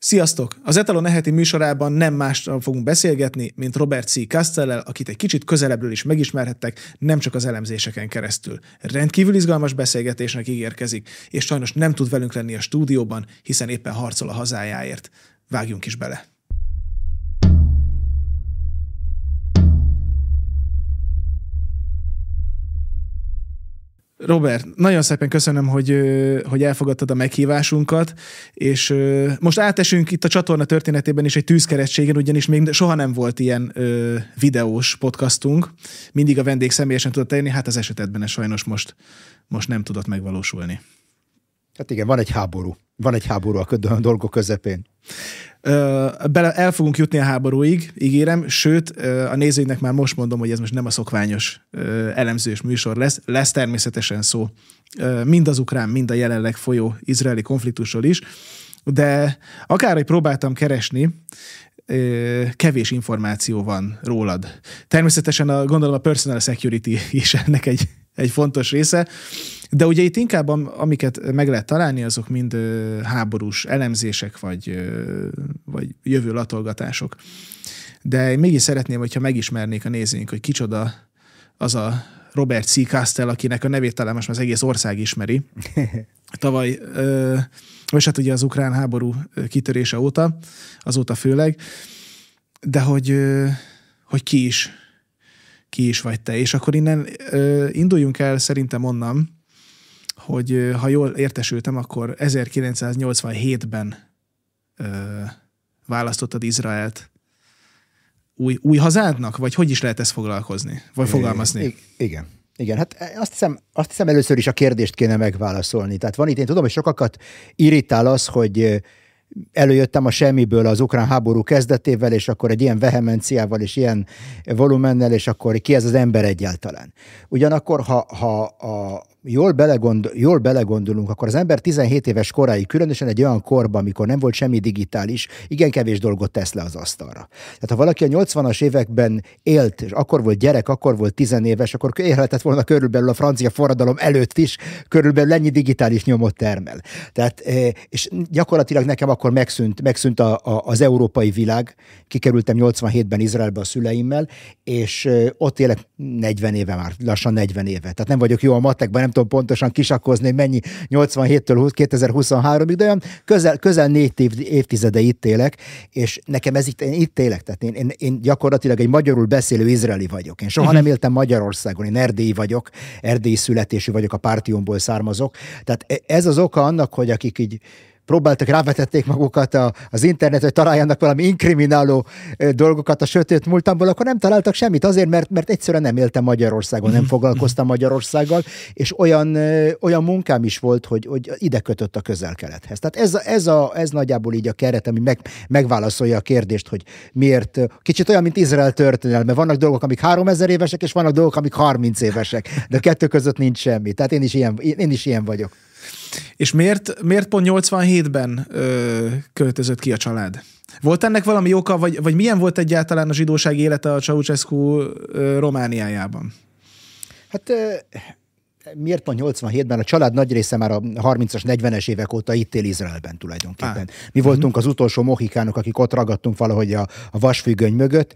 Sziasztok! Az Etalon heti műsorában nem másról fogunk beszélgetni, mint Robert C. Castellel, akit egy kicsit közelebbről is megismerhettek, nem csak az elemzéseken keresztül. Rendkívül izgalmas beszélgetésnek ígérkezik, és sajnos nem tud velünk lenni a stúdióban, hiszen éppen harcol a hazájáért. Vágjunk is bele! Robert, nagyon szépen köszönöm, hogy elfogadtad a meghívásunkat, és most átesünk itt a csatorna történetében is egy tűzkeresztségen, ugyanis még soha nem volt ilyen videós podcastunk. Mindig a vendég személyesen tudott eljönni, hát az esetedben ez sajnos most nem tudott megvalósulni. Hát igen, van egy háború. Van egy háború a dolgok közepén. El fogunk jutni a háborúig, ígérem, sőt, a nézőinknek már most mondom, hogy ez most nem a szokványos elemzős műsor lesz. Lesz természetesen szó mind az ukrán, mind a jelenleg folyó izraeli konfliktusról is, de akárhogy próbáltam keresni, kevés információ van rólad. Természetesen gondolom a personal security is ennek egy fontos része, de ugye itt inkább amiket meg lehet találni, azok mind háborús elemzések, vagy jövő latolgatások. De én mégis szeretném, hogyha megismernék a nézőink, hogy kicsoda az a Robert C. Castell, akinek a nevét talán most az egész ország ismeri. Tavaly, vagy hát ugye az ukrán háború kitörése óta, azóta főleg, de hogy ki is vagy te. És akkor innen induljunk el szerintem onnan, hogy ha jól értesültem, akkor 1987-ben választottad Izraelt új hazádnak? Vagy hogy is lehet ezt foglalkozni? Vagy fogalmazni? Igen, hát azt hiszem először is a kérdést kéne megválaszolni. Tehát van itt, én tudom, hogy sokakat irritál az, hogy előjöttem a semmiből az ukrán háború kezdetével, és akkor egy ilyen vehemenciával, és ilyen volumennel, és akkor ki ez az ember egyáltalán. Ugyanakkor, ha jól belegondolunk, akkor az ember 17 éves koráig, különösen egy olyan korban, amikor nem volt semmi digitális, igen kevés dolgot tesz le az asztalra. Tehát ha valaki a 80-as években élt, és akkor volt gyerek, akkor volt 10 éves, akkor élhetett volna körülbelül a francia forradalom előtt is, körülbelül ennyi digitális nyomot termel. Tehát, és gyakorlatilag nekem akkor megszűnt az európai világ, kikerültem 87-ben Izraelbe a szüleimmel, és ott élek 40 éve már, lassan 40 éve. Tehát nem vagyok jó a matekban, nem tudom pontosan kisakkozni, mennyi 87-től 2023-ig, de olyan közel 4 évtizede itt élek, és nekem én itt élek, tehát én gyakorlatilag egy magyarul beszélő izraeli vagyok. Én soha nem éltem Magyarországon, én erdélyi vagyok, erdélyi születésű vagyok, a Pártiumból származok. Tehát ez az oka annak, hogy akik így próbáltak, rávetették magukat az internetre, hogy találjanak valami inkrimináló dolgokat a sötét múltamból, akkor nem találtak semmit azért, mert egyszerűen nem éltem Magyarországon, nem foglalkoztam Magyarországgal, és olyan munkám is volt, hogy ide kötött a Közel-Kelethez. Tehát ez nagyjából így a keret, ami megválaszolja a kérdést, hogy miért, kicsit olyan, mint Izrael történelme. Vannak dolgok, amik 3000 évesek, és vannak dolgok, amik 30 évesek, de kettő között nincs semmi. Tehát én is ilyen vagyok. És miért pont 87-ben költözött ki a család? Volt ennek valami oka, vagy milyen volt egyáltalán a zsidóság élete a Ceausescu Romániájában? Hát miért pont 87-ben? A család nagy része már a 30-as, 40-es évek óta itt él Izraelben tulajdonképpen. Mi voltunk az utolsó mohikánok, akik ott ragadtunk valahogy a vasfüggöny mögött.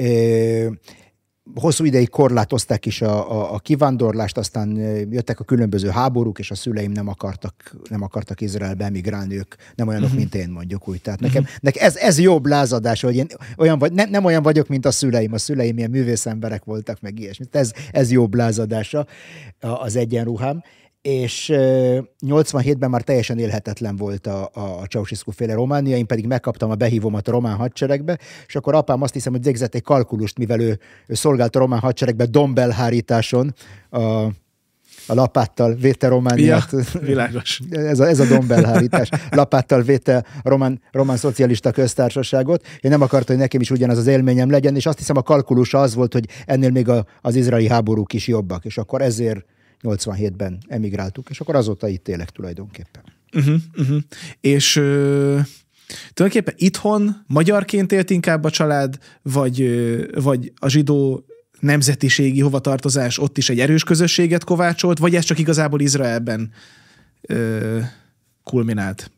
Hosszú ideig korlátozták is a kivándorlást, aztán jöttek a különböző háborúk, és a szüleim nem akartak Izraelbe emigrálni, ők nem olyanok, mint én, mondjuk úgy. Tehát nekem ez jobb lázadás, hogy én nem olyan vagyok, mint a szüleim ilyen művészemberek voltak, meg ilyesmi. Ez jobb lázadása az egyenruhám. És 87-ben már teljesen élhetetlen volt a Ceausescu féle Románia, én pedig megkaptam a behívomat a román hadseregbe, és akkor apám azt hiszem, hogy végzett egy kalkulust, mivel ő szolgált a román hadseregbe dombbelhárításon, a lapáttal védte Romániát. Ja, világos. Ez a dombbelhárítás. Lapáttal védte a román szocialista köztársaságot. Én nem akartam, hogy nekem is ugyanaz az élményem legyen, és azt hiszem a kalkulusa az volt, hogy ennél még az izraeli háborúk is jobbak, és akkor ezért 87-ben emigráltuk, és akkor azóta itt élek tulajdonképpen. És tulajdonképpen itthon magyarként élt inkább a család, vagy a zsidó nemzetiségi hovatartozás ott is egy erős közösséget kovácsolt, vagy ez csak igazából Izraelben kulminált?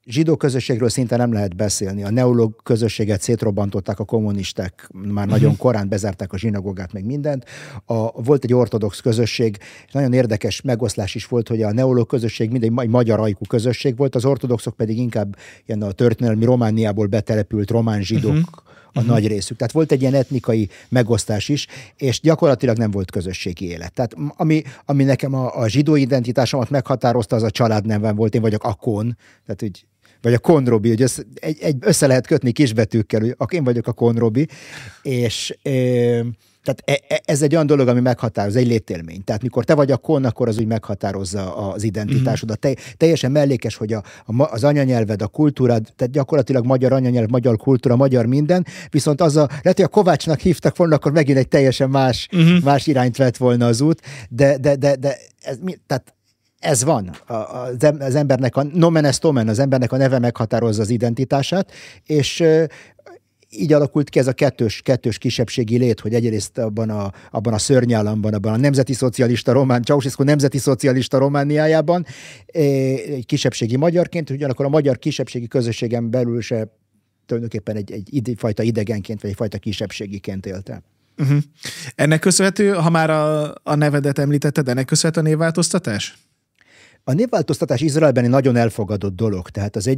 zsidó közösségről szinte nem lehet beszélni. A neológ közösséget szétrobbantották a kommunisták, már nagyon korán bezárták a zsinagógát, meg mindent. Volt egy ortodox közösség, és nagyon érdekes megoszlás is volt, hogy a neológ közösség mindegy magyar ajkú közösség volt, az ortodoxok pedig inkább ilyen a történelmi Romániából betelepült román zsidók, a nagy részük. Tehát volt egy ilyen etnikai megosztás is, és gyakorlatilag nem volt közösségi élet. Tehát ami nekem a zsidó identitásomat meghatározta, az a családnevem volt, én vagyok a Kon, tehát úgy, vagy a Kon Robi, hogy össze lehet kötni kisbetűkkel, hogy én vagyok a Kon Robi, és tehát ez egy olyan dolog, ami meghatároz, egy létélmény. Tehát mikor te vagy a Kon, akkor az úgy meghatározza az identitásodat. Teljesen mellékes, hogy az anyanyelved, a kultúrád, tehát gyakorlatilag magyar anyanyelv, magyar kultúra, magyar minden, viszont lehet, hogy a Kovácsnak hívtak volna, akkor megint egy teljesen más irányt vett volna az út, de tehát ez van. Az embernek a nomen est omen, az embernek a neve meghatározza az identitását, és így alakult ki ez a kettős kisebbségi lét, hogy egyrészt abban a szörnyállamban, abban a nemzeti szocialista Ceausescu nemzeti szocialista Romániájában egy kisebbségi magyarként, ugyanakkor a magyar kisebbségi közösségen belül se tulajdonképpen egyfajta idegenként, vagy egyfajta kisebbségiként élte. Ennek köszönhető, ha már a nevedet említetted, ennek köszönhető a névváltoztatás? A névváltoztatás Izraelben egy nagyon elfogadott dolog, tehát az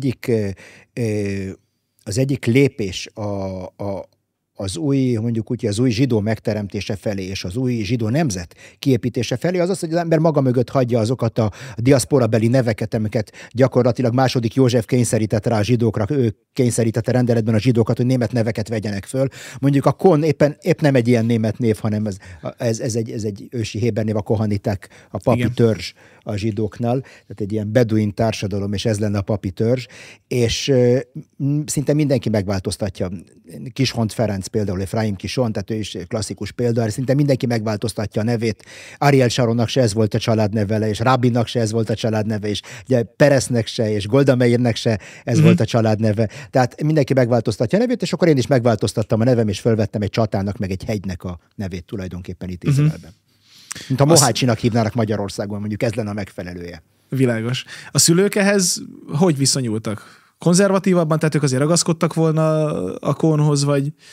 egyik lépés az új, mondjuk úgy, az új zsidó megteremtése felé, és az új zsidó nemzet kiépítése felé, az, hogy az ember maga mögött hagyja azokat a diaszporabeli neveket, amiket gyakorlatilag második József kényszerített rá a zsidókra, ő kényszerítette rendeletben a zsidókat, hogy német neveket vegyenek föl. Mondjuk a Kon épp nem egy ilyen német név, hanem ez egy ősi héber név, a kohaniták, a papi törzs a zsidóknál, tehát egy ilyen beduin társadalom, és ez lenne a papi törzs, és szinte mindenki megváltoztatja. Kishont Ferenc például, Efraim Kishon, tehát ő is klasszikus példa, szinte mindenki megváltoztatja a nevét. Ariel Sharonnak se ez volt a családneve, és Rabinnak se ez volt a családneve, és ugye Pereznek se, és Golda Meirnek se ez volt a családneve. Tehát mindenki megváltoztatja a nevét, és akkor én is megváltoztattam a nevem, és fölvettem egy csatának, meg egy hegynek a nevét tulajdonképpen itt Izraelben. Mint a Mohácsinak hívnának Magyarországon, mondjuk ez lenne a megfelelője. Világos. A szülők ehhez hogy viszonyultak? Konzervatívabban, tehát ők azért ragaszkodtak volna a Konhoz,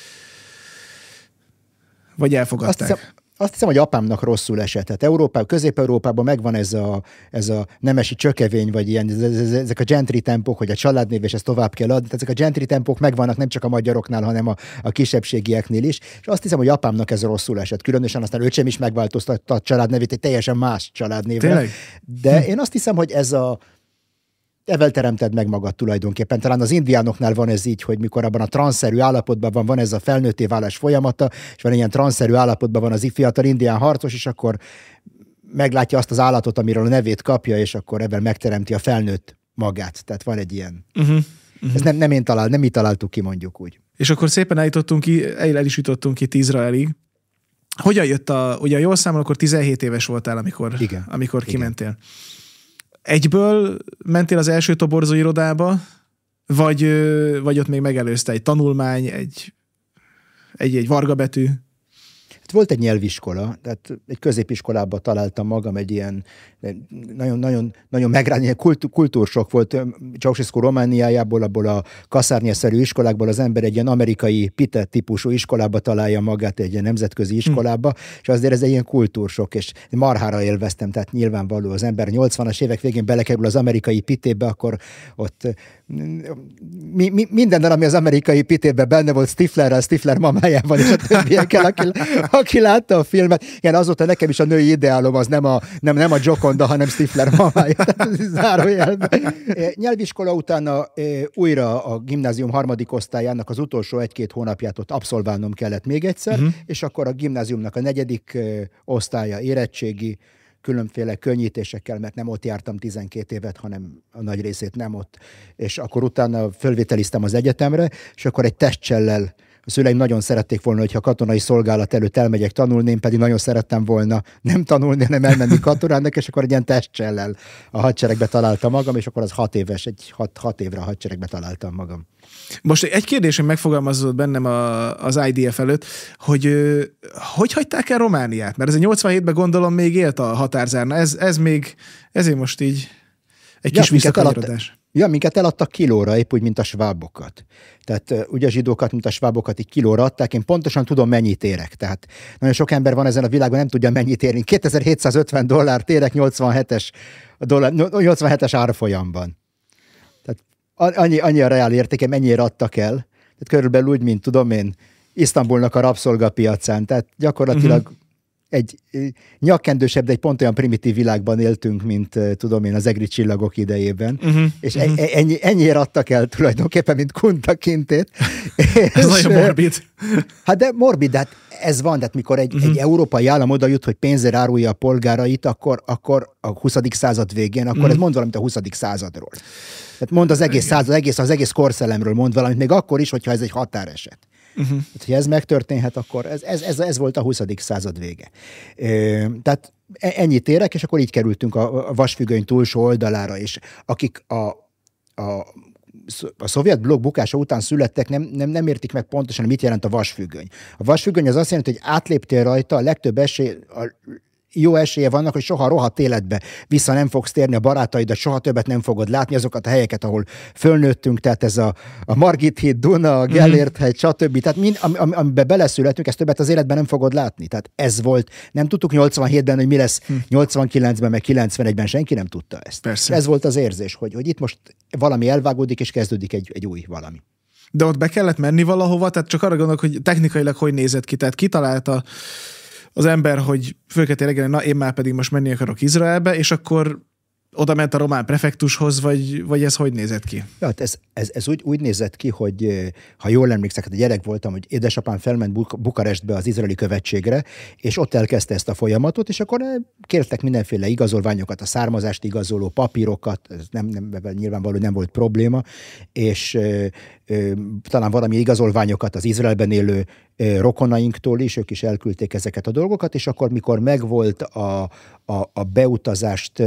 vagy elfogadták? Azt hiszem, hogy apámnak rosszul esett. Tehát Közép-Európában megvan ez a nemesi csökevény, vagy ezek a gentry tempók, hogy a családnév, és ezt tovább kell adni. Tehát ezek a gentry tempók megvannak nem csak a magyaroknál, hanem a kisebbségieknél is. És azt hiszem, hogy apámnak ez rosszul esett. Különösen aztán öcsém is megváltoztatta a családnevét egy teljesen más családnévre. Tényleg? De én azt hiszem, hogy evel teremted meg magad tulajdonképpen. Talán az indiánoknál van ez így, hogy mikor abban a transzszerű állapotban van ez a felnőtté válás folyamata, és van ilyen transzszerű állapotban van az fiatal indián harcos, és akkor meglátja azt az állatot, amiről a nevét kapja, és akkor ebben megteremti a felnőtt magát. Tehát van egy ilyen. Ez nem mi találtuk ki, mondjuk úgy. És akkor szépen el is jutottunk itt Izraelig. Hogyan jött ugye jól számol, akkor 17 éves voltál, amikor kimentél. Egyből mentél az első toborzó irodába, vagy ott még megelőzte egy tanulmány, egy vargabetű? Hát volt egy nyelviskola, tehát egy középiskolában találtam magam egy ilyen nagyon megrázó, kultúrsok volt Ceausescu Romániájából, abból a kaszárnyaszerű iskolákból az ember egy ilyen amerikai pite típusú iskolába találja magát, egy ilyen nemzetközi iskolába, és azért ez egy ilyen kultúrsok, és marhára élveztem, tehát nyilvánvaló az ember 80-as évek végén belekerül az amerikai pitébe, akkor ott minden, ami az amerikai pitében benne volt, Stiflerrel, Stifler mamájával, és a többiekkel, aki látta a filmet. Igen, azóta nekem is a női ideálom az nem a Gioconda, hanem Stifler mamája. Zárójelben. Nyelviskola utána újra a gimnázium harmadik osztályának az utolsó 1-2 hónapját ott abszolválnom kellett még egyszer, és akkor a gimnáziumnak a 4. osztálya, érettségi, különféle könnyítésekkel, mert nem ott jártam 12 évet, hanem a nagy részét nem ott. És akkor utána fölvételiztem az egyetemre, és akkor egy testcsellel, a szüleim nagyon szerették volna, hogyha katonai szolgálat előtt elmegyek tanulni, én pedig nagyon szerettem volna nem tanulni, hanem elmenni katonának, és akkor egy ilyen testcsellel a hadseregbe találtam magam, és akkor az 6 éves, 6 évre a hadseregbe találtam magam. Most egy kérdésem megfogalmazott bennem az IDF előtt, hogy hagyták el Romániát? Mert ez a 87-ben gondolom még élt a határzárna. Ez ezért most így egy kis visszakanyarodás. Ja, minket eladtak kilóra, épp úgy, mint a svábokat. Tehát ugye a zsidókat, mint a svábokat így kilóra adták, én pontosan tudom, mennyit érek. Tehát nagyon sok ember van ezen a világon, nem tudja, mennyit érni. $2750 érek 87-es árfolyamban. Tehát annyi a reál értéke, mennyire adtak el. Tehát körülbelül úgy, mint tudom én, Isztambulnak a rabszolgapiacán. Tehát gyakorlatilag egy nyakkendősebb, de egy pont olyan primitív világban éltünk, mint tudom én az egri csillagok idejében, és ennyire adtak el tulajdonképpen, mint kuntakintét. Ez nagyon morbid. Hát de morbid, hát ez van, tehát mikor egy európai állam oda jut, hogy pénzért árulja a polgárait, akkor a 20. század végén, akkor ez mond valamit a 20. századról. Tehát mond az egész század, az egész korszellemről mond valamit, még akkor is, hogyha ez egy határeset. Tehát, ha ez megtörténhet, akkor ez volt a 20. század vége. Tehát ennyit érek, és akkor így kerültünk a vasfüggöny túlsó oldalára, és akik a szovjet blokk bukása után születtek, nem értik meg pontosan, mit jelent a vasfüggöny. A vasfüggöny az azt jelenti, hogy átléptél rajta, a legtöbb jó esélye vannak, hogy soha rohadt életbe vissza nem fogsz térni a barátaidat, soha többet nem fogod látni azokat a helyeket, ahol fölnőttünk, tehát ez a Margit híd, Duna, a Gellért hegy, stb. Tehát amiben beleszületünk, ezt többet az életben nem fogod látni. Tehát ez volt, nem tudtuk 87-ben, hogy mi lesz 89-ben, meg 91-ben, senki nem tudta ezt. Persze. Ez volt az érzés, hogy itt most valami elvágódik, és kezdődik egy új valami. De ott be kellett menni valahova, tehát csak arra gondolok, hogy technikailag hogy nézett ki, tehát kitalálta az ember, hogy fölkelti reggel, na én már pedig most menni akarok Izraelbe, és akkor oda ment a román prefektushoz, vagy ez hogy nézett ki? Ja, hát ez úgy nézett ki, hogy ha jól emlékszek, hát gyerek voltam, hogy édesapám felment Bukarestbe az izraeli követségre, és ott elkezdte ezt a folyamatot, és akkor kértek mindenféle igazolványokat, a származást igazoló papírokat, ez nyilvánvalóan nem volt probléma, és talán valami igazolványokat az Izraelben élő rokonainktól is, ők is elküldték ezeket a dolgokat, és akkor mikor megvolt a beutazást,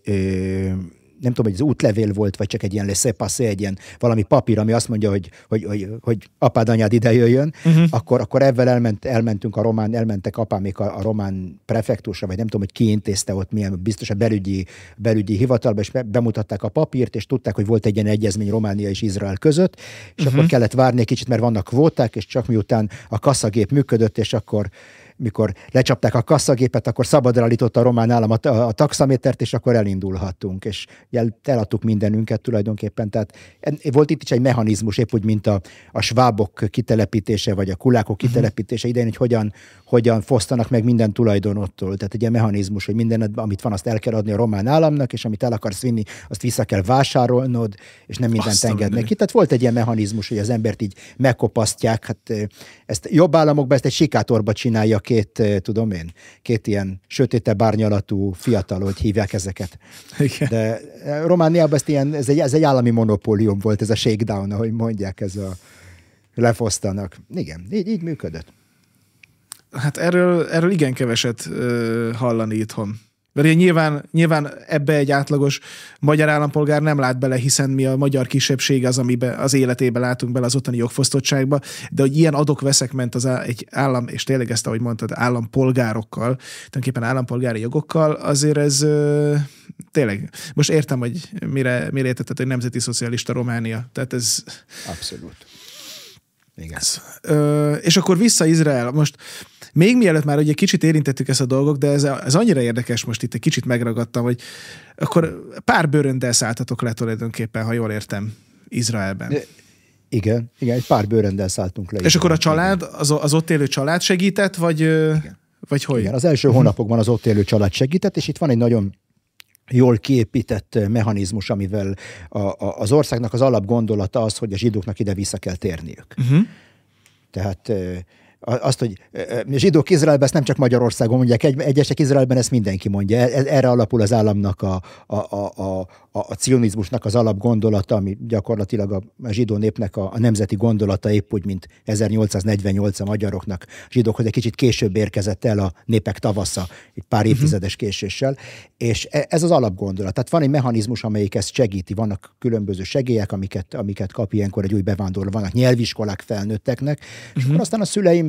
nem tudom, hogy az útlevél volt, vagy csak egy ilyen laissez-passer, egy ilyen valami papír, ami azt mondja, hogy apád, anyád ide jöjjön, akkor ebben elmentek apámék a román prefektusra, vagy nem tudom, hogy ki intézte ott, milyen, biztos a belügyi hivatalba, és bemutatták a papírt, és tudták, hogy volt egy ilyen egyezmény Románia és Izrael között, és akkor kellett várni egy kicsit, mert vannak kvóták, és csak miután a kasszagép működött, és akkor mikor lecsapták a kasszagépet, akkor szabadra állította a román állam a taxamétert, és akkor elindulhattunk, és eladtuk mindenünket tulajdonképpen. Tehát volt itt is egy mechanizmus, épp úgy, mint a svábok kitelepítése, vagy a kulákok kitelepítése idején, hogy hogyan fosztanak meg minden tulajdonottól. Tehát egy ilyen mechanizmus, hogy minden, amit van, azt el kell adni a román államnak, és amit el akarsz vinni, azt vissza kell vásárolnod, és nem mindent engednek ki. Tehát volt egy ilyen mechanizmus, hogy az embert így megkopasztják. Hát ezt jobb államokban ezt egy sikátorba csinálja két ilyen sötétebb árnyalatú fiatal, hogy hívják ezeket. Igen. De Romániában ez egy állami monopólium volt, ez a shakedown, ahogy mondják, ez a lefosztanak. Igen, így működött. Hát erről igen keveset hallani itthon. Mert nyilván ebbe egy átlagos magyar állampolgár nem lát bele, hiszen mi a magyar kisebbség az, amiben az életébe látunk bele az ottani jogfosztottságba, de hogy ilyen adok-veszek ment egy állam, és tényleg ezt, ahogy mondtad, állampolgárokkal, tulajdonképpen állampolgári jogokkal, azért ez tényleg, most értem, hogy mire értetted, hogy nemzeti szocialista Románia. Tehát ez... Abszolút. Igen. És akkor vissza Izrael. Most még mielőtt már ugye kicsit érintettük ezt a dolgok, de ez annyira érdekes, most itt egy kicsit megragadtam, hogy akkor pár bőröndel szálltatok le tulajdonképpen, ha jól értem, Izraelben. Igen, egy pár bőröndel szálltunk le. És akkor a család, az ott élő család segített, vagy hogy? Igen, az első hónapokban az ott élő család segített, és itt van egy nagyon jól kiépített mechanizmus, amivel az országnak az alapgondolata az, hogy a zsidóknak ide vissza kell térniük. Tehát azt, hogy zsidók Izraelben, ezt nem csak Magyarországon mondják, egyesek Izraelben ezt mindenki mondja. Erre alapul az államnak a cionizmusnak az alapgondolata, ami gyakorlatilag a zsidó népnek a nemzeti gondolata, épp úgy, mint 1848 a magyaroknak. A zsidókhoz egy kicsit később érkezett el a népek tavasza, egy pár évtizedes késéssel, és ez az alapgondolat. Tehát van egy mechanizmus, amelyik ezt segíti. Vannak különböző segélyek, amiket kap ilyenkor egy új bevándorló. Vannak nyelviskolák felnőtteknek, és akkor aztán a szüleim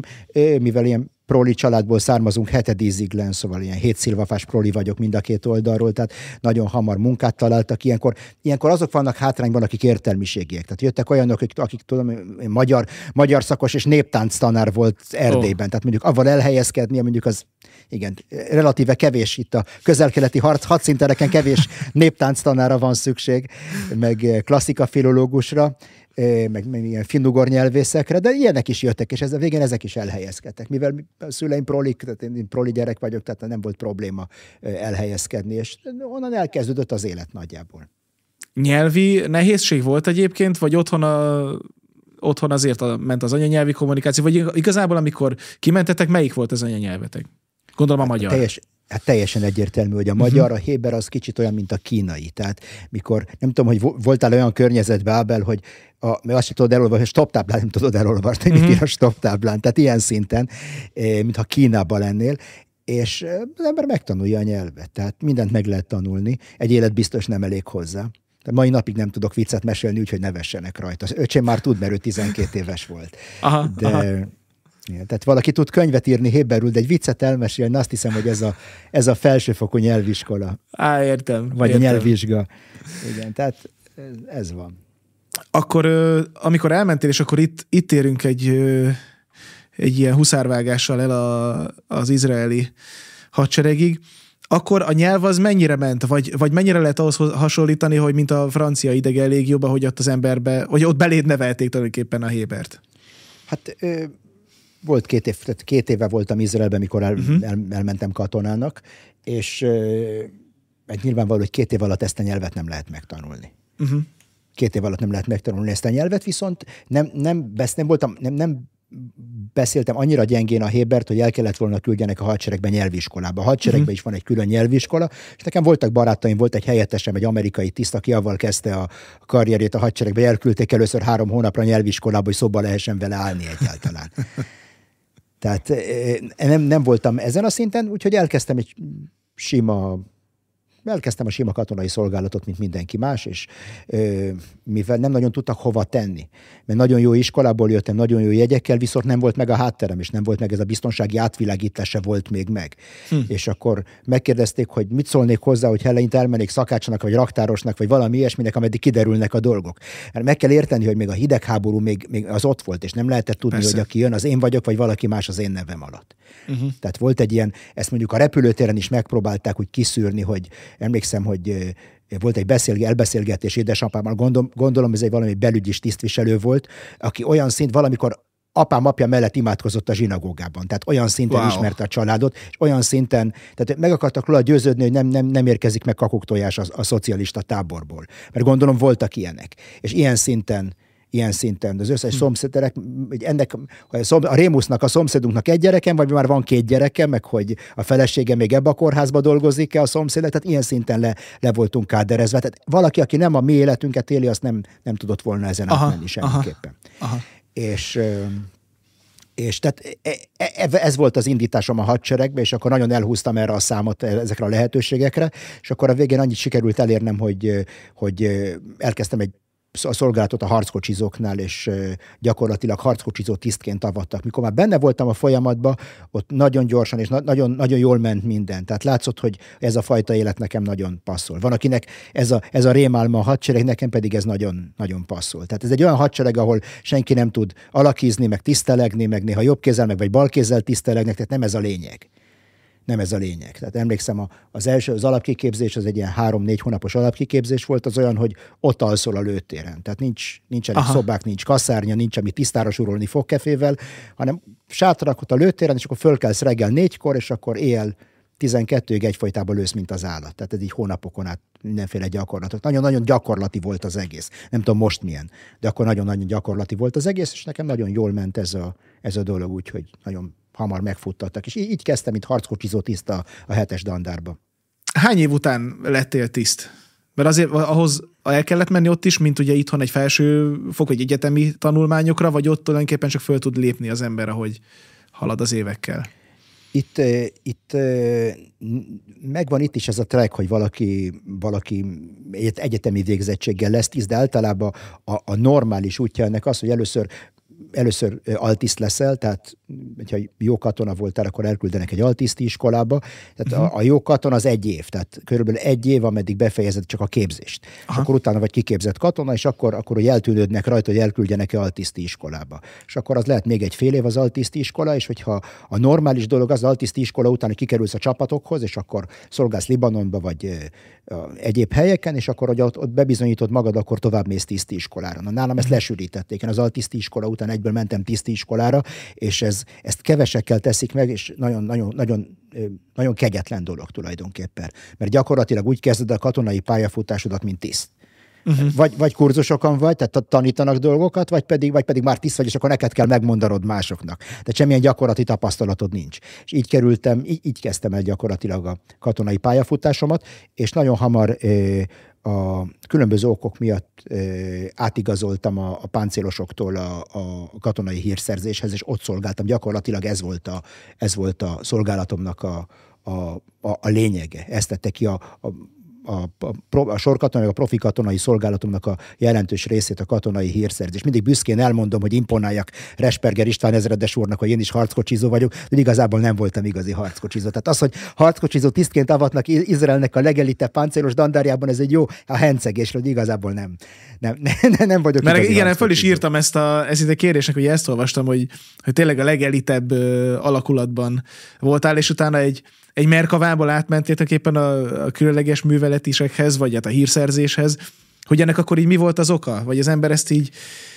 mivel ilyen proli családból származunk, hetedíziglen, szóval ilyen 7 szilvafás proli vagyok mind a két oldalról, tehát nagyon hamar munkát találtak. Ilyenkor azok vannak hátrányban, akik értelmiségiek. Tehát jöttek olyanok, akik tudom, magyar szakos és néptánc tanár volt Erdélyben. Tehát mondjuk avval elhelyezkednie, mondjuk az igen, relatíve kevés itt a közel-keleti hadszíntereken kevés néptánc tanára van szükség, meg klasszika filológusra, meg ilyen finnugor nyelvészekre, de ilyenek is jöttek, és a végén ezek is elhelyezkedtek. Mivel a szüleim prolik, tehát én proli gyerek vagyok, tehát nem volt probléma elhelyezkedni, és onnan elkezdődött az élet nagyjából. Nyelvi nehézség volt egyébként, vagy otthon azért ment az anyanyelvi kommunikáció, vagy igazából amikor kimentetek, melyik volt az anyanyelvetek? Gondolom a magyar. Teljesen egyértelmű, hogy a magyar, a héber az kicsit olyan, mint a kínai. Tehát mikor, nem tudom, hogy voltál olyan környezetben, Ábel, hogy azt sem tudod elolvasni, stoptáblán nem tudod elolvasni, mit ír a stoptáblán. Tehát ilyen szinten, mintha Kínában lennél, és az ember megtanulja a nyelvet. Tehát mindent meg lehet tanulni. Egy élet biztos nem elég hozzá. Tehát mai napig nem tudok viccet mesélni, úgyhogy ne vessenek rajta. Az öcsém már tud, mert ő 12 éves volt. Aha. Ja, tehát valaki tud könyvet írni héberül, de egy viccet elmesélni, azt hiszem, hogy ez a felsőfokú nyelviskola. Értem. Vagy a nyelvvizsga. Igen, tehát ez van. Akkor, amikor elmentél, és akkor itt érünk egy ilyen huszárvágással el az izraeli hadseregig, akkor a nyelv az mennyire ment? Vagy mennyire lehet ahhoz hasonlítani, hogy mint a francia idegen légióban, hogy ott az emberbe, hogy ott beléd nevelték tulajdonképpen a hébert? Hát volt 2 év, tehát 2 éve voltam Izraelben, mikor elmentem katonának, és nyilvánvaló, hogy 2 év alatt ezt a nyelvet nem lehet megtanulni. 2 év alatt nem lehet megtanulni ezt a nyelvet, viszont nem beszéltem annyira gyengén a hébert, hogy el kellett volna küldjenek a hadseregbe nyelviskolába. A hadseregben is van egy külön nyelviskola, és nekem voltak barátaim, volt egy helyettesem, egy amerikai tiszt, aki avval kezdte a karrierjét a hadseregbe, elküldték először 3 hónapra nyelviskolába, hogy szóba lehessen vele állni egyáltalán. Tehát nem voltam ezen a szinten, úgyhogy elkezdtem a sima katonai szolgálatot, mint mindenki más, és mivel nem nagyon tudtak hova tenni, mert nagyon jó iskolából jöttem, nagyon jó jegyekkel, viszont nem volt meg a hátterem, és nem volt meg ez a biztonsági átvilágítás se volt még meg. És akkor megkérdezték, hogy mit szólnék hozzá, hogy eleinte elmennék szakácsnak, vagy raktárosnak, vagy valami ilyesminek, ameddig kiderülnek a dolgok. Meg kell érteni, hogy még a hidegháború még az ott volt, és nem lehetett tudni, persze, hogy aki jön, az én vagyok, vagy valaki más az én nevem alatt. Tehát volt egy ilyen, ezt mondjuk a repülőtéren is megpróbálták úgy kiszűrni, hogy emlékszem, hogy volt egy elbeszélgetés édesapámmal, gondolom ez egy valami belügyis tisztviselő volt, aki olyan szint valamikor apám apja mellett imádkozott a zsinagógában. Tehát olyan szinten ismerte a családot, és olyan szinten, tehát meg akartak róla győződni, hogy nem érkezik meg kakuktojás a szocialista táborból. Mert gondolom voltak ilyenek. És ilyen szinten az összes szomszédek, ennek a Rémusznak, a szomszédunknak egy gyerekem, vagy már van 2 gyerekem, meg hogy a felesége még ebbe a kórházba dolgozik-e a szomszédek, tehát ilyen szinten le voltunk káderezve. Tehát valaki, aki nem a mi életünket éli, azt nem tudott volna ezen átmenni semmiképpen. És tehát ez volt az indításom a hadseregbe, és akkor nagyon elhúztam erre a számot, ezekre a lehetőségekre, és akkor a végén annyit sikerült elérnem, hogy elkezdtem a szolgálatot a harckocsizóknál, és gyakorlatilag harckocsizó tisztként avattak. Mikor már benne voltam a folyamatban, ott nagyon gyorsan és nagyon, nagyon jól ment minden. Tehát látszott, hogy ez a fajta élet nekem nagyon passzol. Van, akinek ez a rémálma a hadsereg, nekem pedig ez nagyon, nagyon passzol. Tehát ez egy olyan hadsereg, ahol senki nem tud alakízni, meg tisztelegni, meg néha jobb kézzel, meg vagy bal kézzel tisztelegnek, tehát nem ez a lényeg. Nem ez a lényeg. Tehát emlékszem, az alapkiképzés, az egy ilyen 3-4 hónapos alapkiképzés volt, az olyan, hogy ott alszol a lőtéren. Tehát nincs elég szobák, nincs kaszárnya, nincs, ami tisztára surolni fogkefével, hanem sátrak ott a lőtéren, és akkor fölkelsz reggel 4-kor, és akkor éjjel 12-ig egyfolytában lősz, mint az állat. Tehát ez így hónapokon át mindenféle gyakorlatok. Nagyon-nagyon gyakorlati volt az egész. Nem tudom most milyen, de akkor nagyon-nagyon gyakorlati volt az egész, és nekem nagyon jól ment ez a dolog, úgyhogy nagyon hamar megfuttattak. És így kezdtem, mint harckocsizó tiszt a 7-es dandárba. Hány év után lettél tiszt? Mert azért ahhoz el kellett menni ott is, mint ugye itthon egy felső fok, egy egyetemi tanulmányokra, vagy ott tulajdonképpen csak föl tud lépni az ember, ahogy halad az évekkel? Itt megvan itt is ez a track, hogy valaki egyetemi végzettséggel lesz tiszt, de általában a normális útja ennek az, hogy először altiszt leszel, tehát hogyha jó katona voltál, akkor elküldenek egy altiszti iskolába. Tehát a jó katona az 1 év, tehát körülbelül 1 év, ameddig befejezed csak a képzést. És akkor utána vagy kiképzett katona, és akkor hogy eltűnődnek rajta, hogy elküldjenek-e altiszti iskolába. És akkor az lehet még egy fél év az altiszti iskola, és hogyha a normális dolog az altiszti iskola után, hogy kikerülsz a csapatokhoz, és akkor szolgálsz Libanonba, vagy egyéb helyeken, és akkor, hogy ott bebizonyítod magad, akkor tovább mész tiszti iskolára. Na, nálam ezt lesűrítették. Én az altiszti iskola után egyből mentem tiszti iskolára, és ezt kevesekkel teszik meg, és nagyon kegyetlen dolog tulajdonképpen. Mert gyakorlatilag úgy kezded a katonai pályafutásodat, mint tiszt. Vagy kurzusokon vagy, tehát tanítanak dolgokat, vagy pedig már tiszt vagy, és akkor neked kell megmondanod másoknak. Tehát semmilyen gyakorlati tapasztalatod nincs. És így kezdtem el gyakorlatilag a katonai pályafutásomat, és nagyon hamar a különböző okok miatt átigazoltam a páncélosoktól a katonai hírszerzéshez, és ott szolgáltam. Gyakorlatilag ez volt a szolgálatomnak a lényege. Ezt tette ki a sorkatonai, a profi katonai szolgálatomnak a jelentős részét a katonai hírszerzés. Mindig büszkén elmondom, hogy imponáljak Resperger István ezredes úrnak, hogy én is harckocsizó vagyok, de igazából nem voltam igazi harckocsizó. Tehát az, hogy harckocsizó tisztként avatnak Izraelnek a legelitebb páncélos dandárjában, ez egy jó a hencegésről, hogy igazából nem vagyok. Mert igen, föl is írtam ezt a kérdésnek, hogy ezt olvastam, hogy tényleg a legelitebb alakulatban voltál, és utána egy Merkavából átmentétek éppen a különleges műveletisekhez, vagy hát a hírszerzéshez, hogy ennek akkor így mi volt az oka? Vagy az ember ezt így...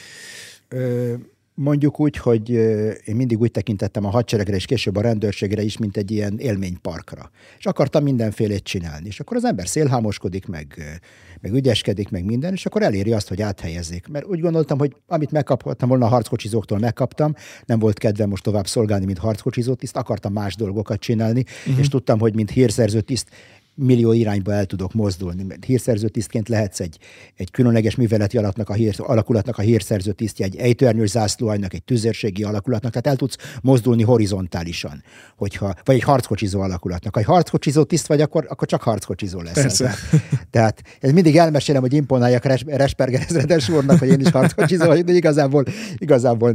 Mondjuk úgy, hogy én mindig úgy tekintettem a hadseregre és később a rendőrségre is, mint egy ilyen élményparkra. És akartam mindenfélét csinálni. És akkor az ember szélhámoskodik, meg ügyeskedik, meg minden, és akkor eléri azt, hogy áthelyezzék. Mert úgy gondoltam, hogy amit megkaphattam volna a harckocsizóktól, megkaptam, nem volt kedvem most tovább szolgálni, mint harckocsizó tiszt, akartam más dolgokat csinálni, és tudtam, hogy mint hírszerző tiszt millió irányba el tudok mozdulni. Mert hírszerző tisztként lehetsz egy különleges műveleti alakulatnak a hírszerző tisztje, egy ejtőernyős zászlóaljnak, egy tüzérségi alakulatnak, tehát el tudsz mozdulni horizontálisan, vagy egy harckocsizó alakulatnak. Ha egy harckocsizó tiszt vagy, akkor csak harckocsizó lesz. Tehát ez mindig elmesélem, hogy imponáljak Resperger ezredes úrnak, hogy én is harckocsizó vagyok, de igazából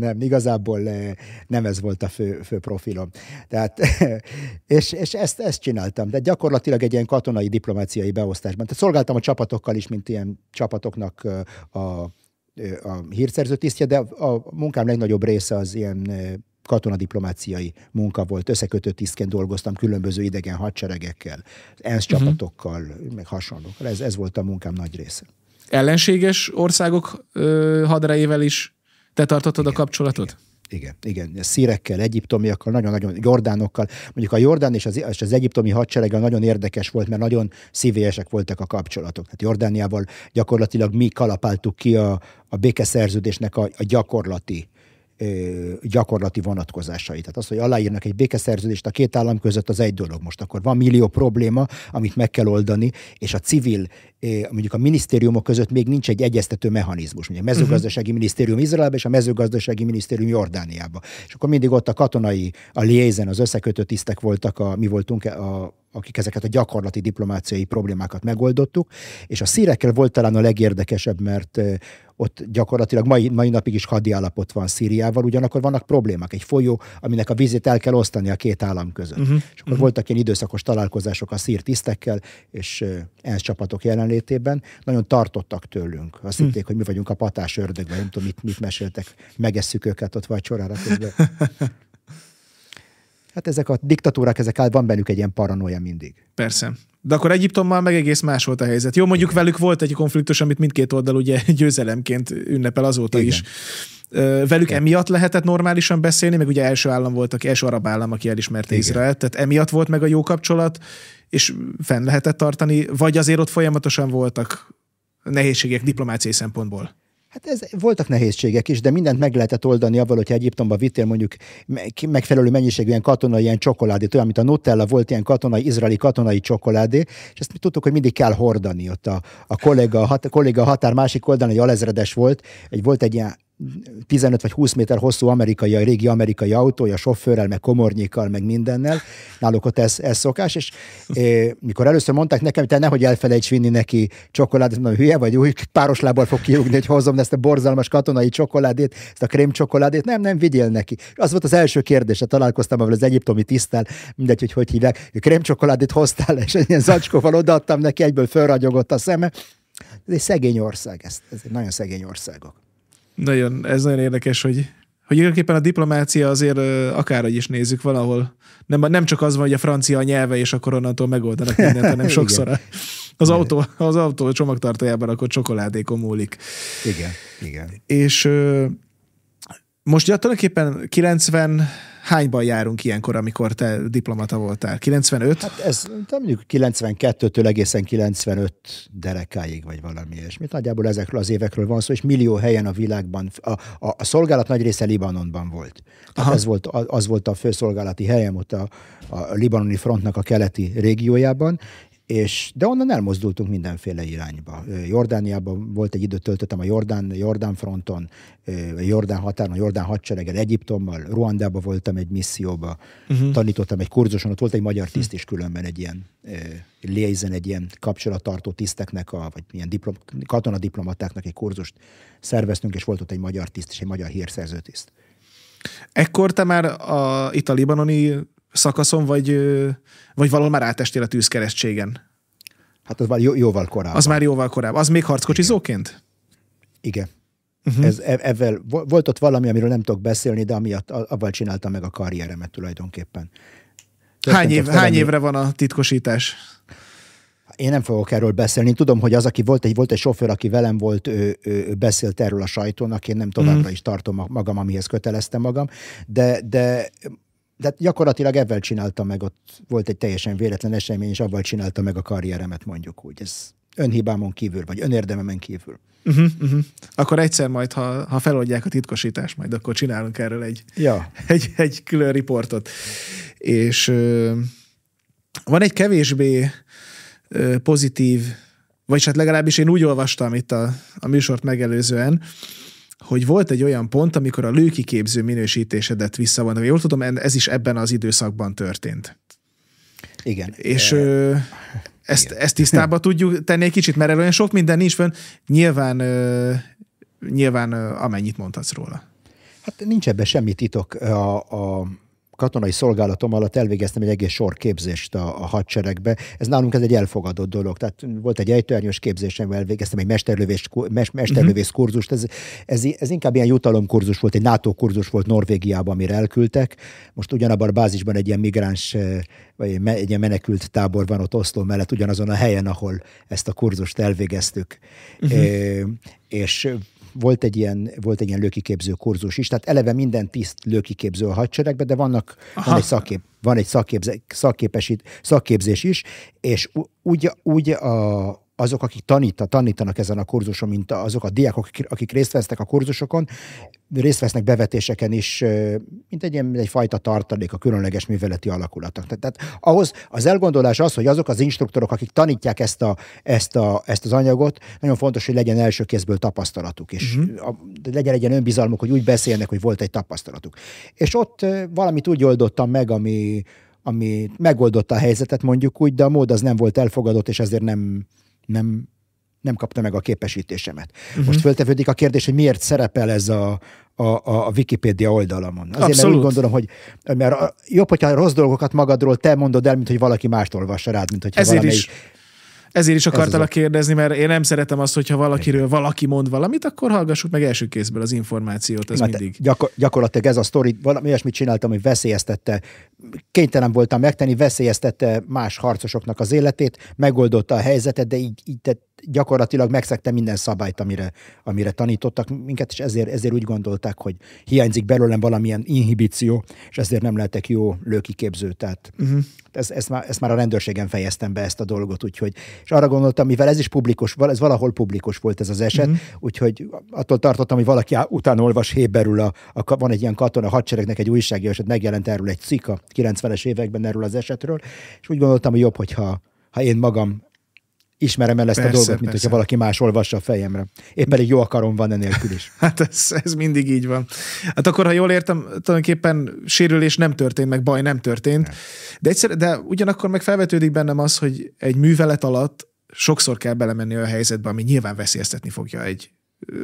nem ez volt a fő profilom. Tehát, és ezt csináltam. De gyakorlatilag egy ilyen katonai diplomáciai beosztásban. Tehát szolgáltam a csapatokkal is, mint ilyen csapatoknak a hírszerző tisztje, de a munkám legnagyobb része az ilyen katonadiplomáciai munka volt. Összekötő tisztként dolgoztam különböző idegen hadseregekkel, ENSZ csapatokkal, meg hasonlókkal. Ez volt a munkám nagy része. Ellenséges országok haderejével is te tartottad a kapcsolatot? Igen. Szírekkel, egyiptomiakkal, nagyon-nagyon jordánokkal. Mondjuk a jordán és az egyiptomi hadsereggel nagyon érdekes volt, mert nagyon szívélyesek voltak a kapcsolatok. Tehát Jordániával gyakorlatilag mi kalapáltuk ki a békeszerződésnek a gyakorlati vonatkozásait. Tehát az, hogy aláírnak egy békeszerződést a két állam között, az egy dolog. Most akkor van millió probléma, amit meg kell oldani, és a civil, mondjuk a minisztériumok között még nincs egy egyeztető mechanizmus. Mondjuk a mezőgazdasági minisztérium Izraelben és a mezőgazdasági minisztérium Jordániában. És akkor mindig ott a katonai, a liaison, az összekötő tisztek voltak, mi voltunk akik ezeket a gyakorlati diplomáciai problémákat megoldottuk, és a szírekkel volt talán a legérdekesebb, mert ott gyakorlatilag mai napig is hadiállapot van Szíriával, ugyanakkor vannak problémák. Egy folyó, aminek a vízét el kell osztani a két állam között. És akkor voltak ilyen időszakos találkozások a szír tisztekkel, és ENSZ csapatok jelenlétében. Nagyon tartottak tőlünk. Azt hitték, hogy mi vagyunk a patás ördögben, nem tudom, mit meséltek. Megesszük őket ott vacsorára közben. Hát ezek a diktatúrák, van bennük egy ilyen paranoia mindig. Persze. De akkor Egyiptommal meg egész más volt a helyzet. Jó, mondjuk velük volt egy konfliktus, amit mindkét oldal ugye győzelemként ünnepel azóta is. Velük emiatt lehetett normálisan beszélni, meg ugye első arab állam, aki elismerte Izraelt, tehát emiatt volt meg a jó kapcsolat, és fenn lehetett tartani, vagy azért ott folyamatosan voltak nehézségek diplomáciai szempontból? Hát voltak nehézségek is, de mindent meg lehetett oldani avval, hogyha Egyiptomba vittél mondjuk megfelelő mennyiségű ilyen katonai ilyen csokoládét, olyan, mint a Nutella volt ilyen izraeli katonai csokoládé, és ezt mi tudtuk, hogy mindig kell hordani. Ott a kolléga határ másik oldalon egy alezredes volt egy ilyen 15 vagy 20 méter hosszú régi amerikai autója, sofőrrel, meg komornyikkal, meg mindennel. Náluk ott ez szokás, és mikor először mondták nekem, hogy te nehogy elfelejts vinni neki csokoládét, mondom, hülye vagy, úgy páros lábbal fog kirúgni, hogy hozzam ezt a borzalmas katonai csokoládét, ezt a krémcsokoládét, nem, vigyél neki. Az volt az első kérdés, találkoztam avval az egyiptomi tiszttel, mindegy, hogy hívják, hogy krémcsokoládét hoztál, és egy ilyen zacskóval odaadtam neki, egyből fölragyogott a szeme. Ez egy szegény ország, ez egy nagyon szegény országok. Ez nagyon érdekes, hogy tulajdonképpen a diplomácia azért akárhogy is nézzük valahol, nem csak az van, hogy a francia a nyelve, és akkor onnantól megoldanak mindent, hanem sokszor az autó csomagtartójában akkor csokoládékon múlik. Igen. És most tulajdonképpen 90 hányban járunk ilyenkor, amikor te diplomata voltál? 95? Hát ez mondjuk 92-től egészen 95 derekáig, vagy valami ilyesmi. Nagyjából ezekről az évekről van szó, és millió helyen a világban. A szolgálat nagy része Libanonban volt. Az volt a főszolgálati helyem ott a libanoni frontnak a keleti régiójában, de onnan elmozdultunk mindenféle irányba. Jordániában volt egy időt töltöttem a Jordán fronton, Jordán határon, Jordán hadseregen, Egyiptommal, Ruandában voltam egy misszióba, tanítottam egy kurzuson, ott volt egy magyar tiszt is különben, egy ilyen liaison, egy ilyen kapcsolattartó tiszteknek, vagy ilyen katonadiplomatáknak egy kurzust szerveztünk, és volt ott egy magyar tiszt és egy magyar hírszerző tiszt. Ekkor te már itt a libanoni szakaszon, vagy valahol már átestél a tűzkeresztségen? Hát az már jóval korábban. Az már jóval korábban. Az még harckocsizóként? Igen. Ezzel volt ott valami, amiről nem tudok beszélni, de avval csináltam meg a karrieremet tulajdonképpen. Hány évre van a titkosítás? Én nem fogok erről beszélni. Én tudom, hogy volt egy sofőr, aki velem volt, ő beszélt erről a sajtónak, én nem továbbra is tartom magam, amihez köteleztem magam, de gyakorlatilag ebben csináltam meg, ott volt egy teljesen véletlen esemény, és avval csináltam meg a karrieremet, mondjuk úgy. Ez önhibámon kívül, vagy önérdememen kívül. Akkor egyszer majd, ha feloldják a titkosítást, majd akkor csinálunk erről egy külön riportot. És van egy kevésbé pozitív, vagyis hát legalábbis én úgy olvastam itt a műsort megelőzően, hogy volt egy olyan pont, amikor a lőkiképző minősítésedet visszavontak. Jól tudom, ez is ebben az időszakban történt. Igen. És ezt tisztába tudjuk tenni egy kicsit, mert erről olyan sok minden nincs fönn. Nyilván amennyit mondhatsz róla. Hát nincs ebben semmi titok. A katonai szolgálatom alatt elvégeztem egy egész sor képzést a hadseregbe. Nálunk ez egy elfogadott dolog. Tehát volt egy ejtőernyős képzésem, elvégeztem egy mesterlövész kurzust. Ez inkább ilyen jutalomkurzus volt, egy NATO kurzus volt Norvégiában, amire elküldtek. Most ugyanabban a bázisban egy ilyen migráns, vagy egy ilyen menekült tábor van ott Oszló mellett, ugyanazon a helyen, ahol ezt a kurzust elvégeztük. És volt egy ilyen lőkiképző kurzus is, tehát eleve minden tiszt lőkiképző a hadseregben, de van egy szakképzés is, és úgy azok, akik tanítanak ezen a kurzuson, mint azok a diákok, akik részt vesznek a kurzusokon, részt vesznek bevetéseken is, mint egyfajta tartalék a különleges műveleti alakulatnak. Tehát ahhoz az elgondolás az, hogy azok az instruktorok, akik tanítják ezt az anyagot, nagyon fontos, hogy legyen első kézből tapasztalatuk, és legyen egy ilyen önbizalmuk, hogy úgy beszélnek, hogy volt egy tapasztalatuk. És ott valamit úgy oldottam meg, ami megoldotta a helyzetet, mondjuk úgy, de a mód az nem volt elfogadott, és ezért nem kapta meg a képesítésemet. Most föltevődik a kérdés, hogy miért szerepel ez a Wikipédia oldalamon. Azért Abszolút. Mert úgy gondolom, hogy mert jobb, hogyha rossz dolgokat magadról te mondod el, mint hogy valaki mást olvassa rád, mint hogyha Ezért is akartalak kérdezni, mert én nem szeretem azt, hogyha valakiről valaki mond valamit, akkor hallgassuk meg első kézből az információt, ez mindig. Gyakorlatilag ez a sztori, valami olyasmit csináltam, hogy kénytelen voltam megtenni, veszélyeztette más harcosoknak az életét, megoldotta a helyzetet, de így gyakorlatilag megszegte minden szabályt, amire tanítottak minket, és ezért úgy gondolták, hogy hiányzik belőlem valamilyen inhibíció, és ezért nem lehetek jó lőkiképző. Tehát ezt már a rendőrségen fejeztem be, ezt a dolgot, úgyhogy, és arra gondoltam, mivel ez is publikus, ez valahol publikus volt ez az eset, úgyhogy attól tartottam, hogy valaki utána olvas héberül, van egy ilyen katona hadseregnek egy újságja, és megjelent erről egy cikk a 90-es években erről az esetről, és úgy gondoltam, hogy jobb, hogyha én magam ismerem el ezt a dolgot, mint hogyha valaki más olvassa a fejemre. Épp pedig jó akarom van enélkül is. Hát ez mindig így van. Hát akkor, ha jól értem, tulajdonképpen sérülés nem történt, meg baj nem történt, de ugyanakkor meg felvetődik bennem az, hogy egy művelet alatt sokszor kell belemenni a helyzetbe, ami nyilván veszélyeztetni fogja egy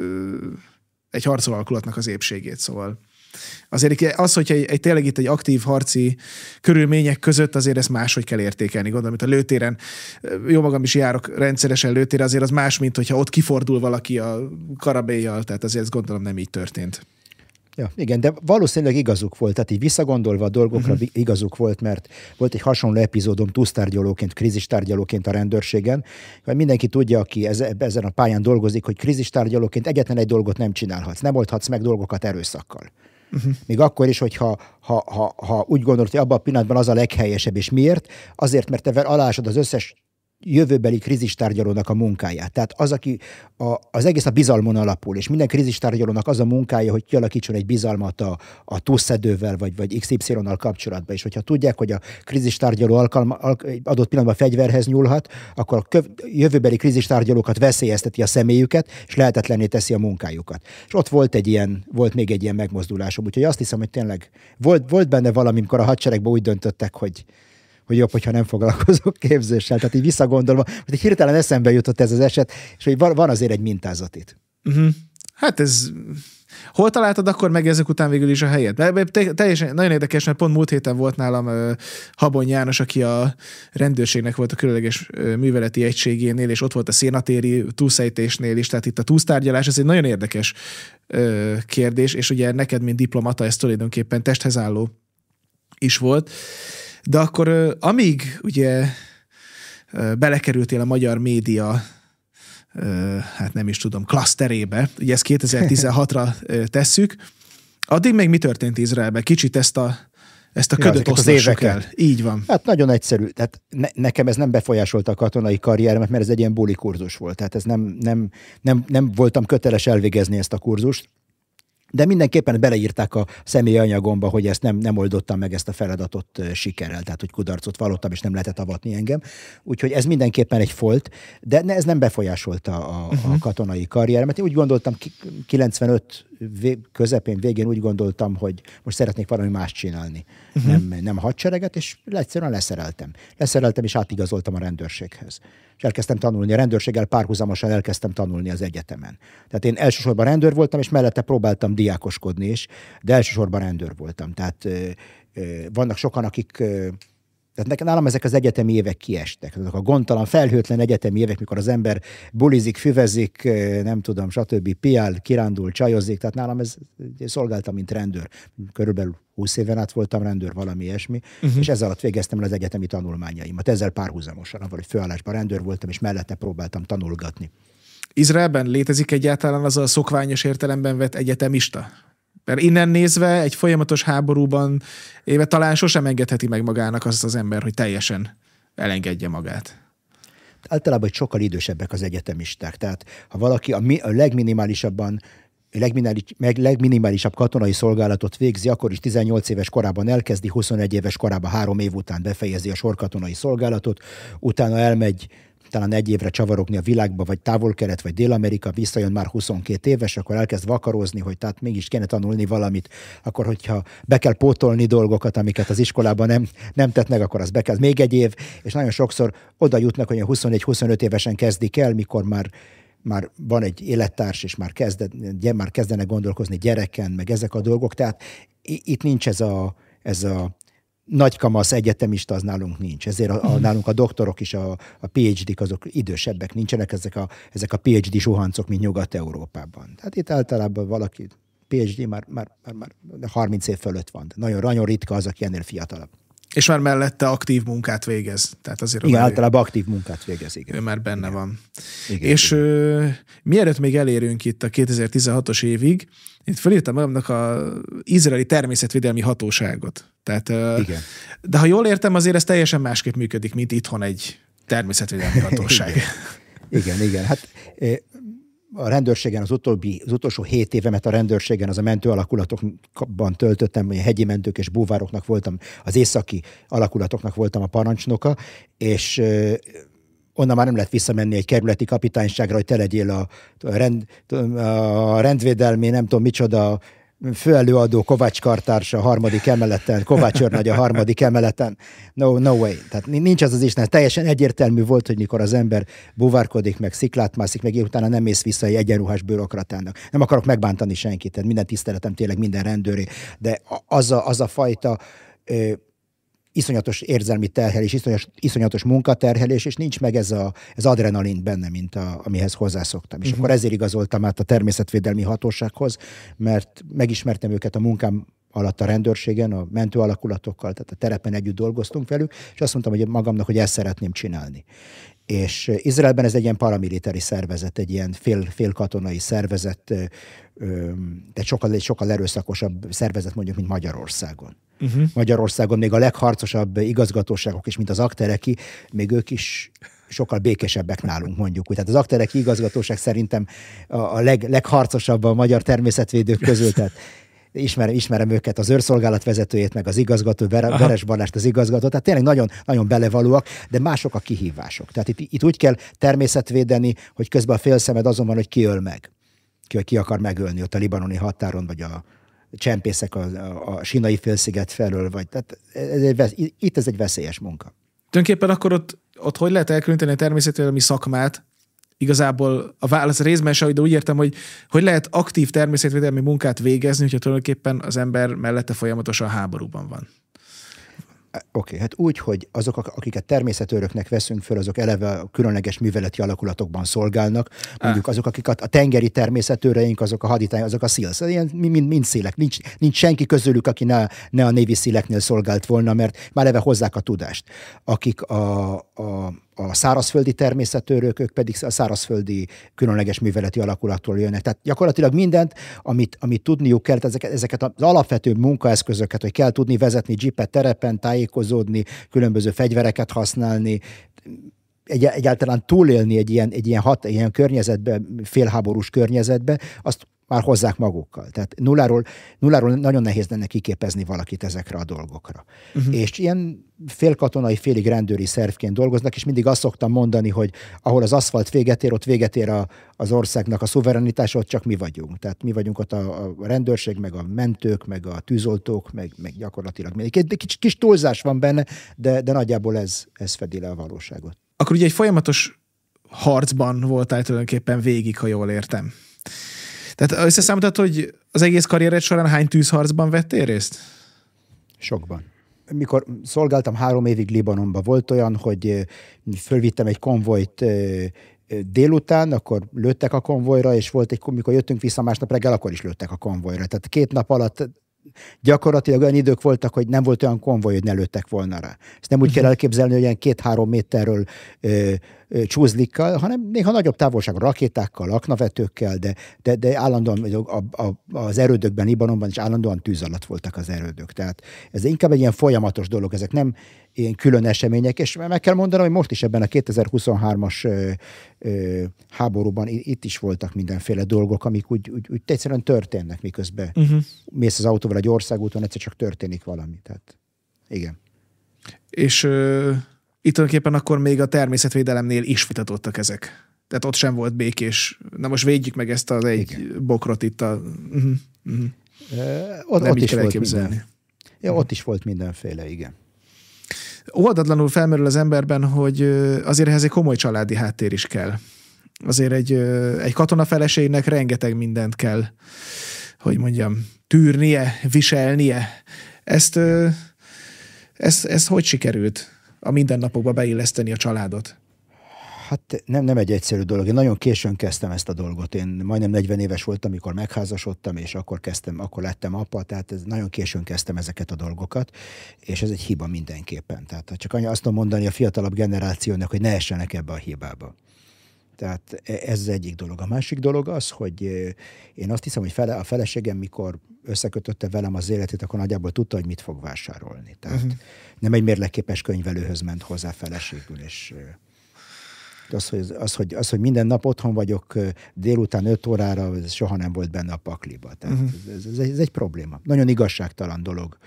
harcoló alkulatnak az épségét, szóval azért az, hogyha tényleg itt egy aktív harci körülmények között azért ezt máshogy kell értékelni. Gondolom, hogy a lőtéren, jó magam is járok rendszeresen lőtére, azért az más, mint hogyha ott kifordul valaki a karabélyjal, tehát azért ezt gondolom nem így történt. Ja, igen, de valószínűleg igazuk volt, tehát így visszagondolva a dolgokra igazuk volt, mert volt egy hasonló epizódom túsztárgyalóként, krízistárgyalóként a rendőrségen, hogy mindenki tudja, aki ezen a pályán dolgozik, hogy krízistárgyalóként egyetlen egy dolgot nem csinálhatsz, nem oldhatsz meg dolgokat erőszakkal. Még akkor is, hogyha úgy gondolod, hogy abban a pillanatban az a leghelyesebb, és miért? Azért, mert te alásod az összes jövőbeli krízistárgyalónak a munkáját. Tehát az, aki az egész a bizalmon alapul, és minden krízistárgyalónak az a munkája, hogy kialakítson egy bizalmat a túlszedővel, vagy XY-nal kapcsolatban. És hogyha tudják, hogy a krízistárgyaló adott pillanatban fegyverhez nyúlhat, akkor a jövőbeli krízistárgyalókat veszélyezteti a személyüket, és lehetetlenné teszi a munkájukat. És ott volt még egy ilyen megmozdulásom. Úgyhogy azt hiszem, hogy tényleg volt benne valami, amikor a hadseregben úgy döntöttek, hogy jobb, hogyha nem foglalkozok képzéssel. Tehát így visszagondolva, hogy így hirtelen eszembe jutott ez az eset, és hogy van azért egy mintázat itt. Hát ez... Hol találtad akkor meg ezek után végül is a helyet? Teljesen nagyon érdekes, mert pont múlt héten volt nálam Habony János, aki a rendőrségnek volt a különleges műveleti egységénél, és ott volt a szénatéri túlszejtésnél is, tehát itt a túlsztárgyalás, ez egy nagyon érdekes kérdés, és ugye neked, mint diplomata, ez tulajdonképpen testhez álló is volt. De akkor amíg ugye belekerültél a magyar média, hát nem is tudom, klaszterébe, ugye ezt 2016-ra tesszük, addig még mi történt Izraelben? Kicsit ezt a ködöt oszlassuk el. Így van. Hát nagyon egyszerű. Tehát nekem ez nem befolyásolta a katonai karrieremet, mert ez egy ilyen buli kurzus volt. Tehát ez nem voltam köteles elvégezni ezt a kurzust. De mindenképpen beleírták a személyi anyagomba, hogy ezt nem oldottam meg ezt a feladatot sikerrel, tehát hogy kudarcot vallottam, és nem lehetett avatni engem. Úgyhogy ez mindenképpen egy folt, de ez nem befolyásolta a katonai karrieremet. Én úgy gondoltam, 95 közepén, végén úgy gondoltam, hogy most szeretnék valami mást csinálni. Nem a hadsereget, és egyszerűen leszereltem. Leszereltem, és átigazoltam a rendőrséghez. És elkezdtem tanulni. A rendőrséggel párhuzamosan elkezdtem tanulni az egyetemen. Tehát én elsősorban rendőr voltam, és mellette próbáltam diákoskodni is, de elsősorban rendőr voltam. Tehát vannak sokan, akik... Tehát nálam ezek az egyetemi évek kiestek. Azok a gondtalan, felhőtlen egyetemi évek, mikor az ember bulizik, füvezik, nem tudom, stb. Piál, kirándul, csajozik. Tehát nálam szolgáltam, mint rendőr. Körülbelül 20 éven át voltam rendőr, valami ilyesmi, és ezzel alatt végeztem el az egyetemi tanulmányaimat. Ezzel párhuzamosan, ahol egy főállásban rendőr voltam, és mellette próbáltam tanulgatni. Izraelben létezik egyáltalán az a szokványos értelemben vett egyetemista? Mert innen nézve egy folyamatos háborúban talán sosem engedheti meg magának azt az ember, hogy teljesen elengedje magát. Általában sokkal idősebbek az egyetemisták. Tehát ha valaki a legminimálisabb katonai szolgálatot végzi, akkor is 18 éves korában elkezdi, 21 éves korában 3 év után befejezi a sorkatonai szolgálatot, utána elmegy talán 1 évre csavarogni a világba, vagy Távol-Kelet, vagy Dél-Amerika, visszajön már 22 éves, akkor elkezd vakarózni, hogy tehát mégis kéne tanulni valamit, akkor hogyha be kell pótolni dolgokat, amiket az iskolában nem tett meg, akkor az be kell még 1 év, és nagyon sokszor oda jutnak, hogy 21-25 évesen kezdik el, mikor már van egy élettárs, és már kezdenek gondolkozni gyereken, meg ezek a dolgok, tehát itt nincs ez a nagykamasz egyetemista, az nálunk nincs. Ezért nálunk a doktorok is, a PhD-k azok idősebbek, nincsenek ezek a PhD suhancok, mint Nyugat-Európában. Tehát itt általában valaki PhD már 30 év fölött van. Nagyon ritka az, aki ennél fiatalabb. És már mellette aktív munkát végez. Tehát azért igen, általában aktív munkát végez, igen. Ő már benne igen. van. Igen, és mielőtt még elérünk itt a 2016-os évig, én felírtam magamnak az izraeli természetvédelmi hatóságot. Tehát, igen. De ha jól értem, azért ez teljesen másképp működik, mint itthon egy természetvédelmi hatóság. igen. Hát a rendőrségen az utolsó 7 évemet a rendőrségen az a mentő alakulatokban töltöttem, hogy hegyi mentők és búvároknak voltam, az északi alakulatoknak voltam a parancsnoka, és onnan már nem lehet visszamenni egy kerületi kapitányságra, hogy te legyél a rendvédelmi, nem tudom micsoda, főelőadó Kovács kartárs a 3. emeleten, Kovács őrnagy a 3. emeleten. No way. Tehát nincs az Isten. Teljesen egyértelmű volt, hogy mikor az ember buvárkodik, meg sziklát mászik, meg utána nem mész vissza egy egyenruhás bürokratának. Nem akarok megbántani senkit, tehát minden tiszteletem tényleg minden rendőré, de az a fajta iszonyatos érzelmi terhelés, iszonyatos munkaterhelés, és nincs meg ez adrenalin benne, mint amihez hozzászoktam. És akkor ezért igazoltam át a természetvédelmi hatósághoz, mert megismertem őket a munkám alatt a rendőrségen, a mentő alakulatokkal, tehát a terepen együtt dolgoztunk velük, és azt mondtam, hogy magamnak, hogy ezt szeretném csinálni. És Izraelben ez egy ilyen paramilitári szervezet, egy ilyen félkatonai szervezet, de sokkal erőszakosabb szervezet mondjuk, mint Magyarországon. Magyarországon még a legharcosabb igazgatóságok is, mint az Aktereki, még ők is sokkal békésebbek nálunk, mondjuk. Tehát az Aktereki igazgatóság szerintem a legharcosabb a magyar természetvédők közül, tehát ismerem őket, az őrszolgálat vezetőjét, meg az igazgató, Veres Balást az igazgató, tehát tényleg nagyon, nagyon belevalóak, de mások a kihívások. Tehát itt úgy kell természetvédeni, hogy közben a félszemed azon van, hogy ki öl meg. Ki akar megölni ott a libanoni határon, vagy a csempészek a Sinai félsziget felől, vagy tehát itt ez egy veszélyes munka. Tulajdonképpen akkor ott hogy lehet elkülöníteni a természetvédelmi szakmát? Igazából a válasz részben se, de úgy értem, hogy lehet aktív természetvédelmi munkát végezni, hogyha tulajdonképpen az ember mellette folyamatosan háborúban van. Oké, hát úgy, hogy azok, akiket természetőröknek veszünk föl, azok eleve a különleges műveleti alakulatokban szolgálnak. Mondjuk azok, akik a tengeri természetőreink, azok a haditány, azok a SEALs. Ilyen mind szélek. Nincs senki közülük, aki ne a Navy SEAL-eknél szolgált volna, mert már eleve hozzák a tudást. Akik a szárazföldi természetőrök, ők pedig a szárazföldi különleges műveleti alakulattól jönnek. Tehát gyakorlatilag mindent, amit tudniuk kell, ezeket az alapvető munkaeszközöket, hogy kell tudni vezetni jeepet terepen, tájékozódni, különböző fegyvereket használni, egyáltalán túlélni egy ilyen környezetbe, félháborús környezetbe, azt már hozzák magukkal. Tehát nulláról nagyon nehéz lenne kiképezni valakit ezekre a dolgokra. És ilyen félkatonai, félig rendőri szervként dolgoznak, és mindig azt szoktam mondani, hogy ahol az aszfalt véget ér, ott véget ér az országnak a szuverenitása, ott csak mi vagyunk. Tehát mi vagyunk ott a rendőrség, meg a mentők, meg a tűzoltók, meg gyakorlatilag. Egy kis túlzás van benne, de nagyjából ez fedi le a valóságot. Akkor ugye egy folyamatos harcban voltál tulajdonképpen végig, ha jól értem. Tehát összeszámoltad, hogy az egész karriered során hány tűzharcban vettél részt? Sokban. Mikor szolgáltam 3 évig Libanonban, volt olyan, hogy fölvittem egy konvojt délután, akkor lőttek a konvojra, és volt mikor jöttünk vissza másnap reggel, akkor is lőttek a konvojra. Tehát 2 nap alatt gyakorlatilag olyan idők voltak, hogy nem volt olyan konvoj, hogy ne lőttek volna rá. Ezt nem úgy kell elképzelni, hogy ilyen 2-3 méterről csúzlikkal, hanem néha nagyobb távolságon, rakétákkal, aknavetőkkel, de állandóan az erődökben, Libanonban is állandóan tűz alatt voltak az erődök. Tehát ez inkább egy ilyen folyamatos dolog, ezek nem ilyen külön események, és meg kell mondanom, hogy most is ebben a 2023-as háborúban itt is voltak mindenféle dolgok, amik úgy egyszerűen történnek, miközben mész az autóval egy országúton, egyszer csak történik valami. Tehát igen. És itt tulajdonképpen akkor még a természetvédelemnél is vitatottak ezek. Tehát ott sem volt békés. Na most védjük meg ezt az egy bokrot itt a... Ott is volt minden. Ja, ott is volt mindenféle, igen. Oldatlanul felmerül az emberben, hogy azért ehhez egy komoly családi háttér is kell. Azért egy katona feleségnek rengeteg mindent kell, hogy mondjam, tűrnie, viselnie. Ezt hogy sikerült a mindennapokba beilleszteni a családot? Hát nem egy egyszerű dolog. Én nagyon későn kezdtem ezt a dolgot. Én majdnem 40 éves voltam, amikor megházasodtam, és akkor lettem apa, tehát nagyon későn kezdtem ezeket a dolgokat, és ez egy hiba mindenképpen. Tehát csak azt tudom mondani a fiatalabb generációnak, hogy ne essenek ebbe a hibába. Tehát ez az egyik dolog. A másik dolog az, hogy én azt hiszem, hogy a feleségem, mikor összekötötte velem az életét, akkor nagyjából tudta, hogy mit fog vásárolni. Tehát nem egy mérlekképes könyvelőhöz ment hozzá feleségül, és az, hogy minden nap otthon vagyok délután 5 órára, ez soha nem volt benne a pakliba. Tehát ez egy probléma. Nagyon igazságtalan dolog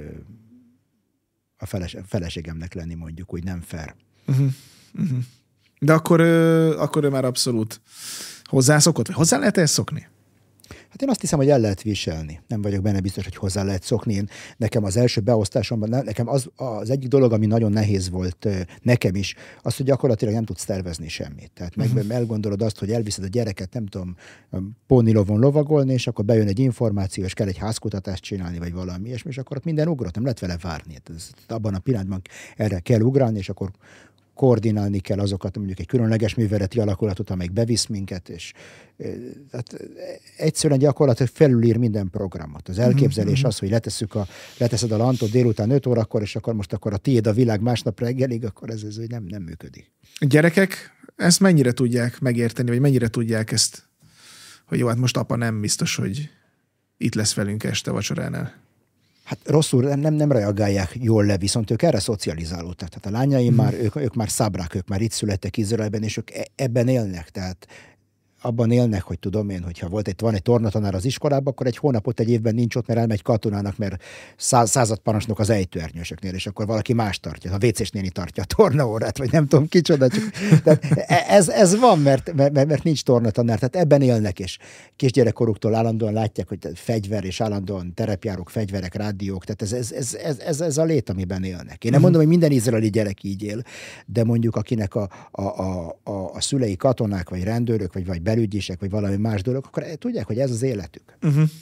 a feleségemnek lenni, mondjuk, úgy nem fair. De akkor ő már abszolút hozzászokott, vagy hozzá lehet ezt szokni? Hát én azt hiszem, hogy el lehet viselni. Nem vagyok benne biztos, hogy hozzá lehet szokni. Nekem az első beosztásomban, nekem az egyik dolog, ami nagyon nehéz volt nekem is, az, hogy gyakorlatilag nem tudsz tervezni semmit. Tehát elgondolod azt, hogy elviszed a gyereket, nem tudom, pónilovon lovagolni, és akkor bejön egy információ, és kell egy házkutatást csinálni, vagy valami ilyesmi, és akkor ott minden ugrott, nem lehet vele várni. Abban a pillanatban erre kell ugrálni, és akkor koordinálni kell azokat, mondjuk egy különleges műveleti alakulatot, amelyik bevisz minket, és tehát egyszerűen gyakorlatilag felülír minden programot. Az elképzelés az, hogy leteszed a lantot délután 5 órakor, és akkor most a tiéd a világ másnap reggelig, akkor ez nem működik. A gyerekek ezt mennyire tudják megérteni, vagy mennyire tudják ezt, hogy jó, hát most apa nem biztos, hogy itt lesz velünk este vacsoránál? Hát rosszul nem reagálják jól le, viszont ők erre szocializálódtak. Tehát a lányaim már, ők már szabrák, ők már itt születtek Izraelben, és ők ebben élnek. Tehát abban élnek, hogy tudom én, hogyha van egy tornatanár az iskolában, akkor egy hónapot, egy évben nincs ott, mert elmegy katonának, mert századparancsnok az ejtőernyősöknél, és akkor valaki más tartja, a WC-s néni tartja a tornaórát, vagy nem tudom kicsoda. Tehát ez van, mert nincs tornatanár, tehát ebben élnek, és kisgyerekkoruktól állandóan látják, hogy fegyver, és állandóan terepjárók, fegyverek, rádiók, tehát ez a lét, amiben élnek. Én nem mondom, hogy minden izraeli gyerek így él, de mondjuk akinek a szülei katonák, vagy rendőrök, vagy belügyisek, vagy valami más dolog, akkor tudják, hogy ez az életük.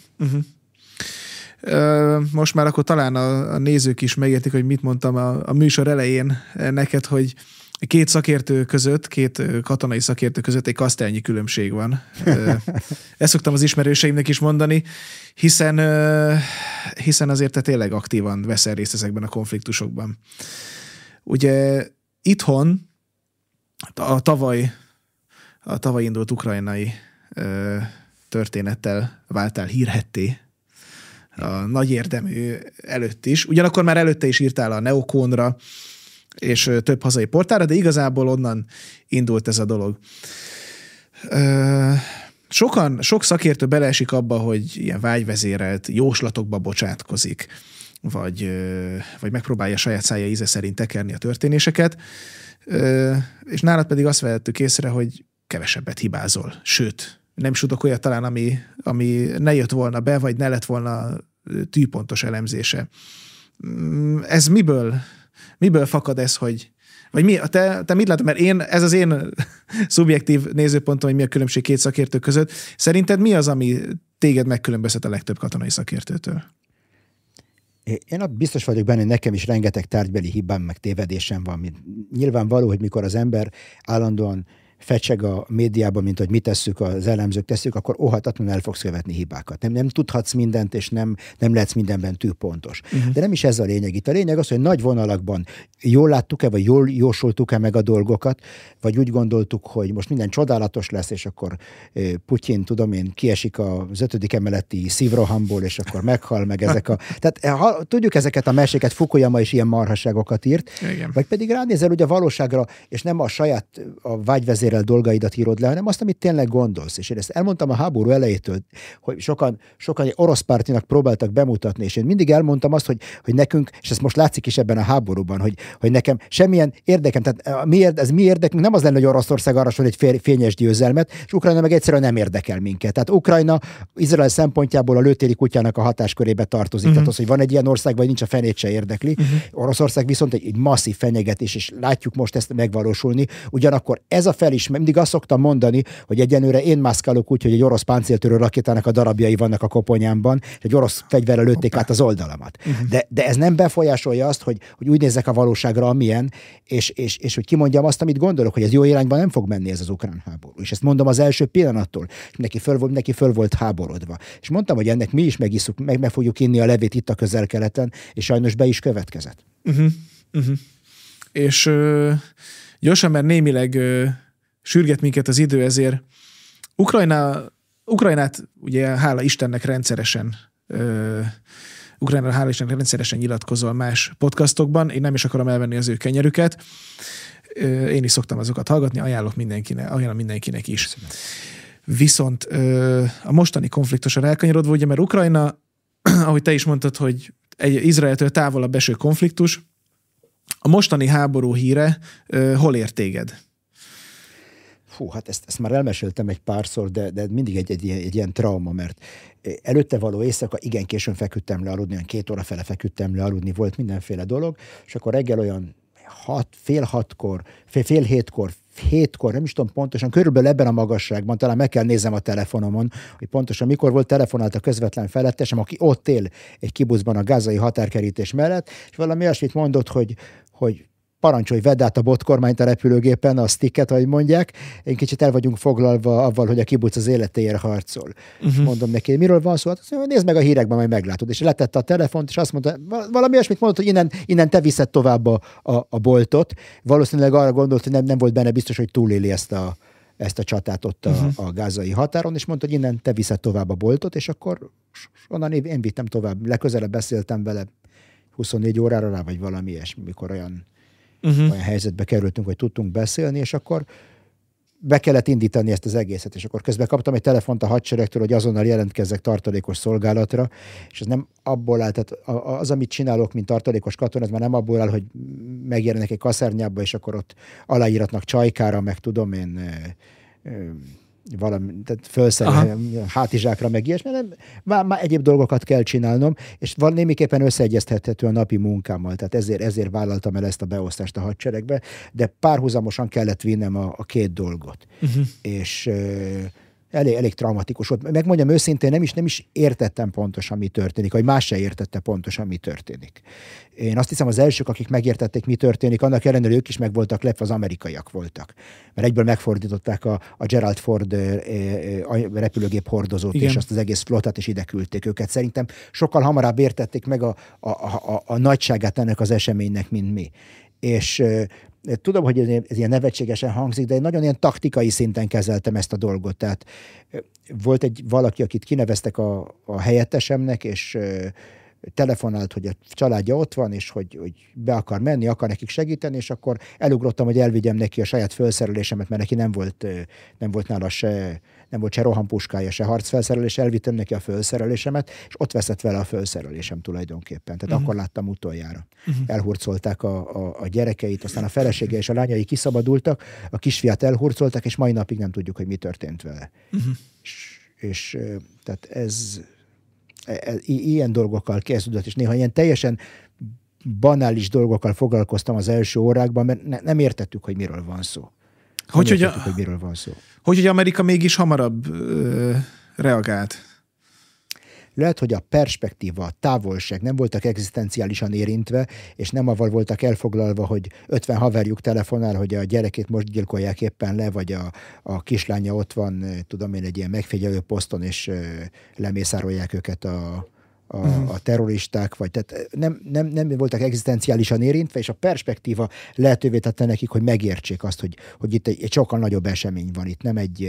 Most már akkor talán a nézők is megértik, hogy mit mondtam a műsor elején neked, hogy két szakértő között, két katonai szakértő között egy kasztelnyi különbség van. Ezt szoktam az ismerőseimnek is mondani, hiszen azért te tényleg aktívan veszel részt ezekben a konfliktusokban. Ugye itthon a tavaly indult ukrajnai történettel váltál hírhetté a nagy érdemű előtt is. Ugyanakkor már előtte is írtál a Neokonra és több hazai portára, de igazából onnan indult ez a dolog. Sok szakértő beleesik abba, hogy ilyen vágyvezérelt jóslatokba bocsátkozik, vagy megpróbálja saját szája íze szerint tekerni a történéseket, és nálad pedig azt vehettük észre, hogy kevesebbet hibázol. Sőt, nem is tudok olyat talán, ami ne jött volna be, vagy ne lett volna tűpontos elemzése. Ez miből fakad ez, hogy vagy te mit látod? Mert ez az én szubjektív nézőpontom, hogy mi a különbség két szakértő között. Szerinted mi az, ami téged megkülönböztet a legtöbb katonai szakértőtől? Én biztos vagyok benne, hogy nekem is rengeteg tárgybeli hibám, meg tévedésem van. Nyilvánvaló, hogy mikor az ember állandóan fecseg a médiában, mint hogy mi tesszük, az elemzők tesszük, akkor óhatatlanul el fogsz követni hibákat. Nem tudhatsz mindent, és nem lehetsz mindenben tűpontos. De nem is ez a lényeg. Itt a lényeg az, hogy nagy vonalakban jól láttuk-e, vagy jól jósoltuk-e meg a dolgokat, vagy úgy gondoltuk, hogy most minden csodálatos lesz, és akkor Putyin, tudom én, kiesik az 5. emeleti szívrohamból, és akkor meghal meg ezek a... Tehát tudjuk ezeket a meséket, Fukuyama is ilyen marhaságokat írt, igen. Vagy pedig ránézel ugye a valóságra, és nem a saját vágyvezér dolgaidat írod le, hanem azt, amit tényleg gondolsz. És én ezt elmondtam a háború elejétől, hogy sokan orosz pártinak próbáltak bemutatni, és én mindig elmondtam azt, hogy nekünk, és ez most látszik is ebben a háborúban, hogy nekem semmilyen érdekem, tehát ez mi érdekünk, nem az lenne, hogy Oroszország arra sor egy fényes győzelmet, és Ukrajna meg egyszerűen nem érdekel minket. Tehát Ukrajna Izrael szempontjából a lőtéri kutyának a hatáskörébe tartozik. Tehát az, hogy van egy ilyen ország, vagy nincs, a fenét se érdekli. Oroszország viszont egy masszív fenyegetés, és látjuk most ezt megvalósulni. Ugyanakkor ez a felismerés, mindig azt szoktam mondani, hogy egyenlőre én mászkálok úgy, hogy egy orosz páncéltörő rakétának a darabjai vannak a koponyámban, és egy orosz fegyverrel lőtték át az oldalamat. De ez nem befolyásolja azt, hogy úgy nézzek a valóságra, amilyen, és hogy kimondjam azt, amit gondolok, hogy ez jó irányban nem fog menni ez az ukrán háború. És ezt mondom az első pillanattól, neki föl volt háborodva. És mondtam, hogy ennek mi is meg fogjuk inni a levét itt a Közel-Keleten, és sajnos be is következett. És gyorsan, mert némileg sürget minket az idő, ezért Ukrajnát ugye hála Istennek rendszeresen nyilatkozol más podcastokban. Én nem is akarom elvenni az ő kenyerüket. Én is szoktam azokat hallgatni, ajánlom mindenkinek is. Köszönöm. Viszont a mostani konfliktusra elkanyarodva, ugye, mert Ukrajna, ahogy te is mondtad, hogy egy Izraeltől távolabb eső konfliktus, a mostani háború híre hol ér téged? Fú, hát ezt már elmeséltem egy párszor, de mindig egy ilyen trauma, mert előtte való éjszaka igen későn feküdtem le aludni, olyan 2 óra fele feküdtem le aludni, volt mindenféle dolog, és akkor reggel olyan fél hétkor, nem is tudom pontosan, körülbelül ebben a magasságban, talán meg kell nézem a telefonomon, hogy pontosan mikor volt, telefonált a közvetlen felettesem, aki ott él egy kibuszban a gázai határkerítés mellett, és valami olyasmit mondott, hogy parancsolj, vedd át a botkormányt a repülőgépen, a sticket, ahogy mondják. Én kicsit el vagyunk foglalva avval, hogy a kibuc az életéért harcol. Mondom neki, miről van szó? Hát nézd meg a hírekben, majd meglátod. És letette a telefont, és azt mondta, valami olyasmit mondott, hogy innen te viszed tovább a boltot. Valószínűleg arra gondolt, hogy nem volt benne biztos, hogy túléli ezt a csatát ott a gázai határon, és mondta, hogy innen te viszed tovább a boltot, és akkor onnan én vittem tovább. Legközelebb beszéltem vele 24 órára rá, vagy valami ilyesmi, mikor olyan helyzetbe kerültünk, hogy tudtunk beszélni, és akkor be kellett indítani ezt az egészet, és akkor közben kaptam egy telefont a hadseregtől, hogy azonnal jelentkezzek tartalékos szolgálatra, és ez nem abból áll, tehát az, amit csinálok, mint tartalékos katona, ez már nem abból áll, hogy megjelenek egy kaszárnyába, és akkor ott aláíratnak csajkára, meg tudom én valami, tehát felszerelni hátizsákra, meg ilyesmi, már egyéb dolgokat kell csinálnom, és némiképpen összeegyeztethető a napi munkámmal, tehát ezért vállaltam el ezt a beosztást a hadseregbe, de párhuzamosan kellett vinnem a 2 dolgot. És elég traumatikus volt. Megmondjam őszintén, nem is értettem pontosan, mi történik, vagy más se értette pontosan, mi történik. Én azt hiszem, az elsők, akik megértették, mi történik, annak ellenére ők is meg voltak lepve, az amerikaiak voltak. Mert egyből megfordították a Gerald Ford repülőgép hordozót, igen, és azt az egész flottát, és ide küldték őket. Szerintem sokkal hamarabb értették meg a nagyságát ennek az eseménynek, mint mi. És tudom, hogy ez ilyen nevetségesen hangzik, de én nagyon ilyen taktikai szinten kezeltem ezt a dolgot. Tehát volt valaki, akit kineveztek a helyettesemnek, és telefonált, hogy a családja ott van, és hogy be akar menni, akar nekik segíteni, és akkor elugrottam, hogy elvigyem neki a saját felszerelésemet, mert neki nem volt nála nem volt se rohampuskája, se harcfelszerelés, elvittem neki a felszerelésemet, és ott veszett vele a felszerelésem tulajdonképpen. Tehát akkor láttam utoljára. Elhurcolták a gyerekeit, aztán a felesége és a lányai kiszabadultak, a kisfiát elhurcolták, és mai napig nem tudjuk, hogy mi történt vele. És tehát ez ilyen dolgokkal kezdődött, és néha ilyen teljesen banális dolgokkal foglalkoztam az első órákban, mert nem értettük, hogy miről van szó. Hogy miről van szó. Hogy Amerika mégis hamarabb reagált? Lehet, hogy a perspektíva, a távolság nem voltak egzisztenciálisan érintve, és nem avval voltak elfoglalva, hogy 50 haverjuk telefonál, hogy a gyerekét most gyilkolják éppen le, vagy a kislánya ott van, tudom én, egy ilyen megfigyelő poszton, és lemészárolják őket a terroristák, vagy tehát nem voltak egzisztenciálisan érintve, és a perspektíva lehetővé tette nekik, hogy megértsék azt, hogy itt egy sokkal nagyobb esemény van, itt nem egy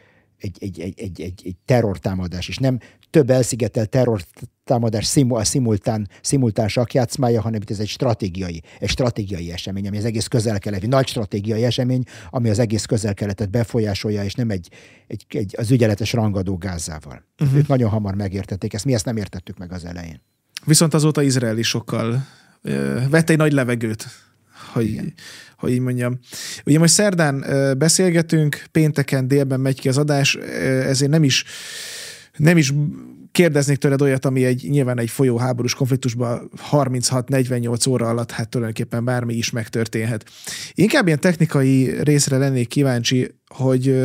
terrortámadás, és nem több elszigetelt terrortámadás szimultán sakjátszmája, hanem itt ez egy stratégiai esemény, ami az egész közel-keleti, nagy stratégiai esemény, ami az egész közel-keletet befolyásolja, és nem az ügyeletes rangadó Gázával. Ők nagyon hamar megértették ezt, mi ezt nem értettük meg az elején. Viszont azóta Izrael is sokkal vett egy nagy levegőt, hogy így mondjam. Ugye most szerdán beszélgetünk, pénteken délben megy ki az adás, ezért nem is kérdeznék tőled olyat, ami nyilván egy folyó háborús konfliktusban 36-48 óra alatt hát tulajdonképpen bármi is megtörténhet. Inkább ilyen technikai részre lennék kíváncsi, hogy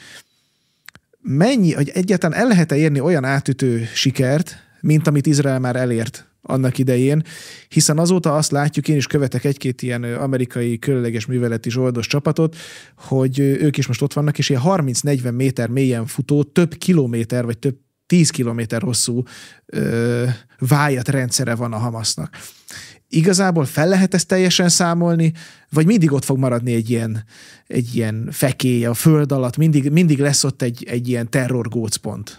hogy egyáltalán el lehet-e érni olyan átütő sikert, mint amit Izrael már elért annak idején, hiszen azóta azt látjuk, én is követek egy-két ilyen amerikai különleges műveleti zsoldos csapatot, hogy ők is most ott vannak, és ilyen 30-40 méter mélyen futó, több kilométer, vagy több 10 kilométer hosszú vájat rendszere van a Hamasznak. Igazából fel lehet ezt teljesen számolni, vagy mindig ott fog maradni egy ilyen fekély a föld alatt, mindig lesz ott egy ilyen terrorgócpont?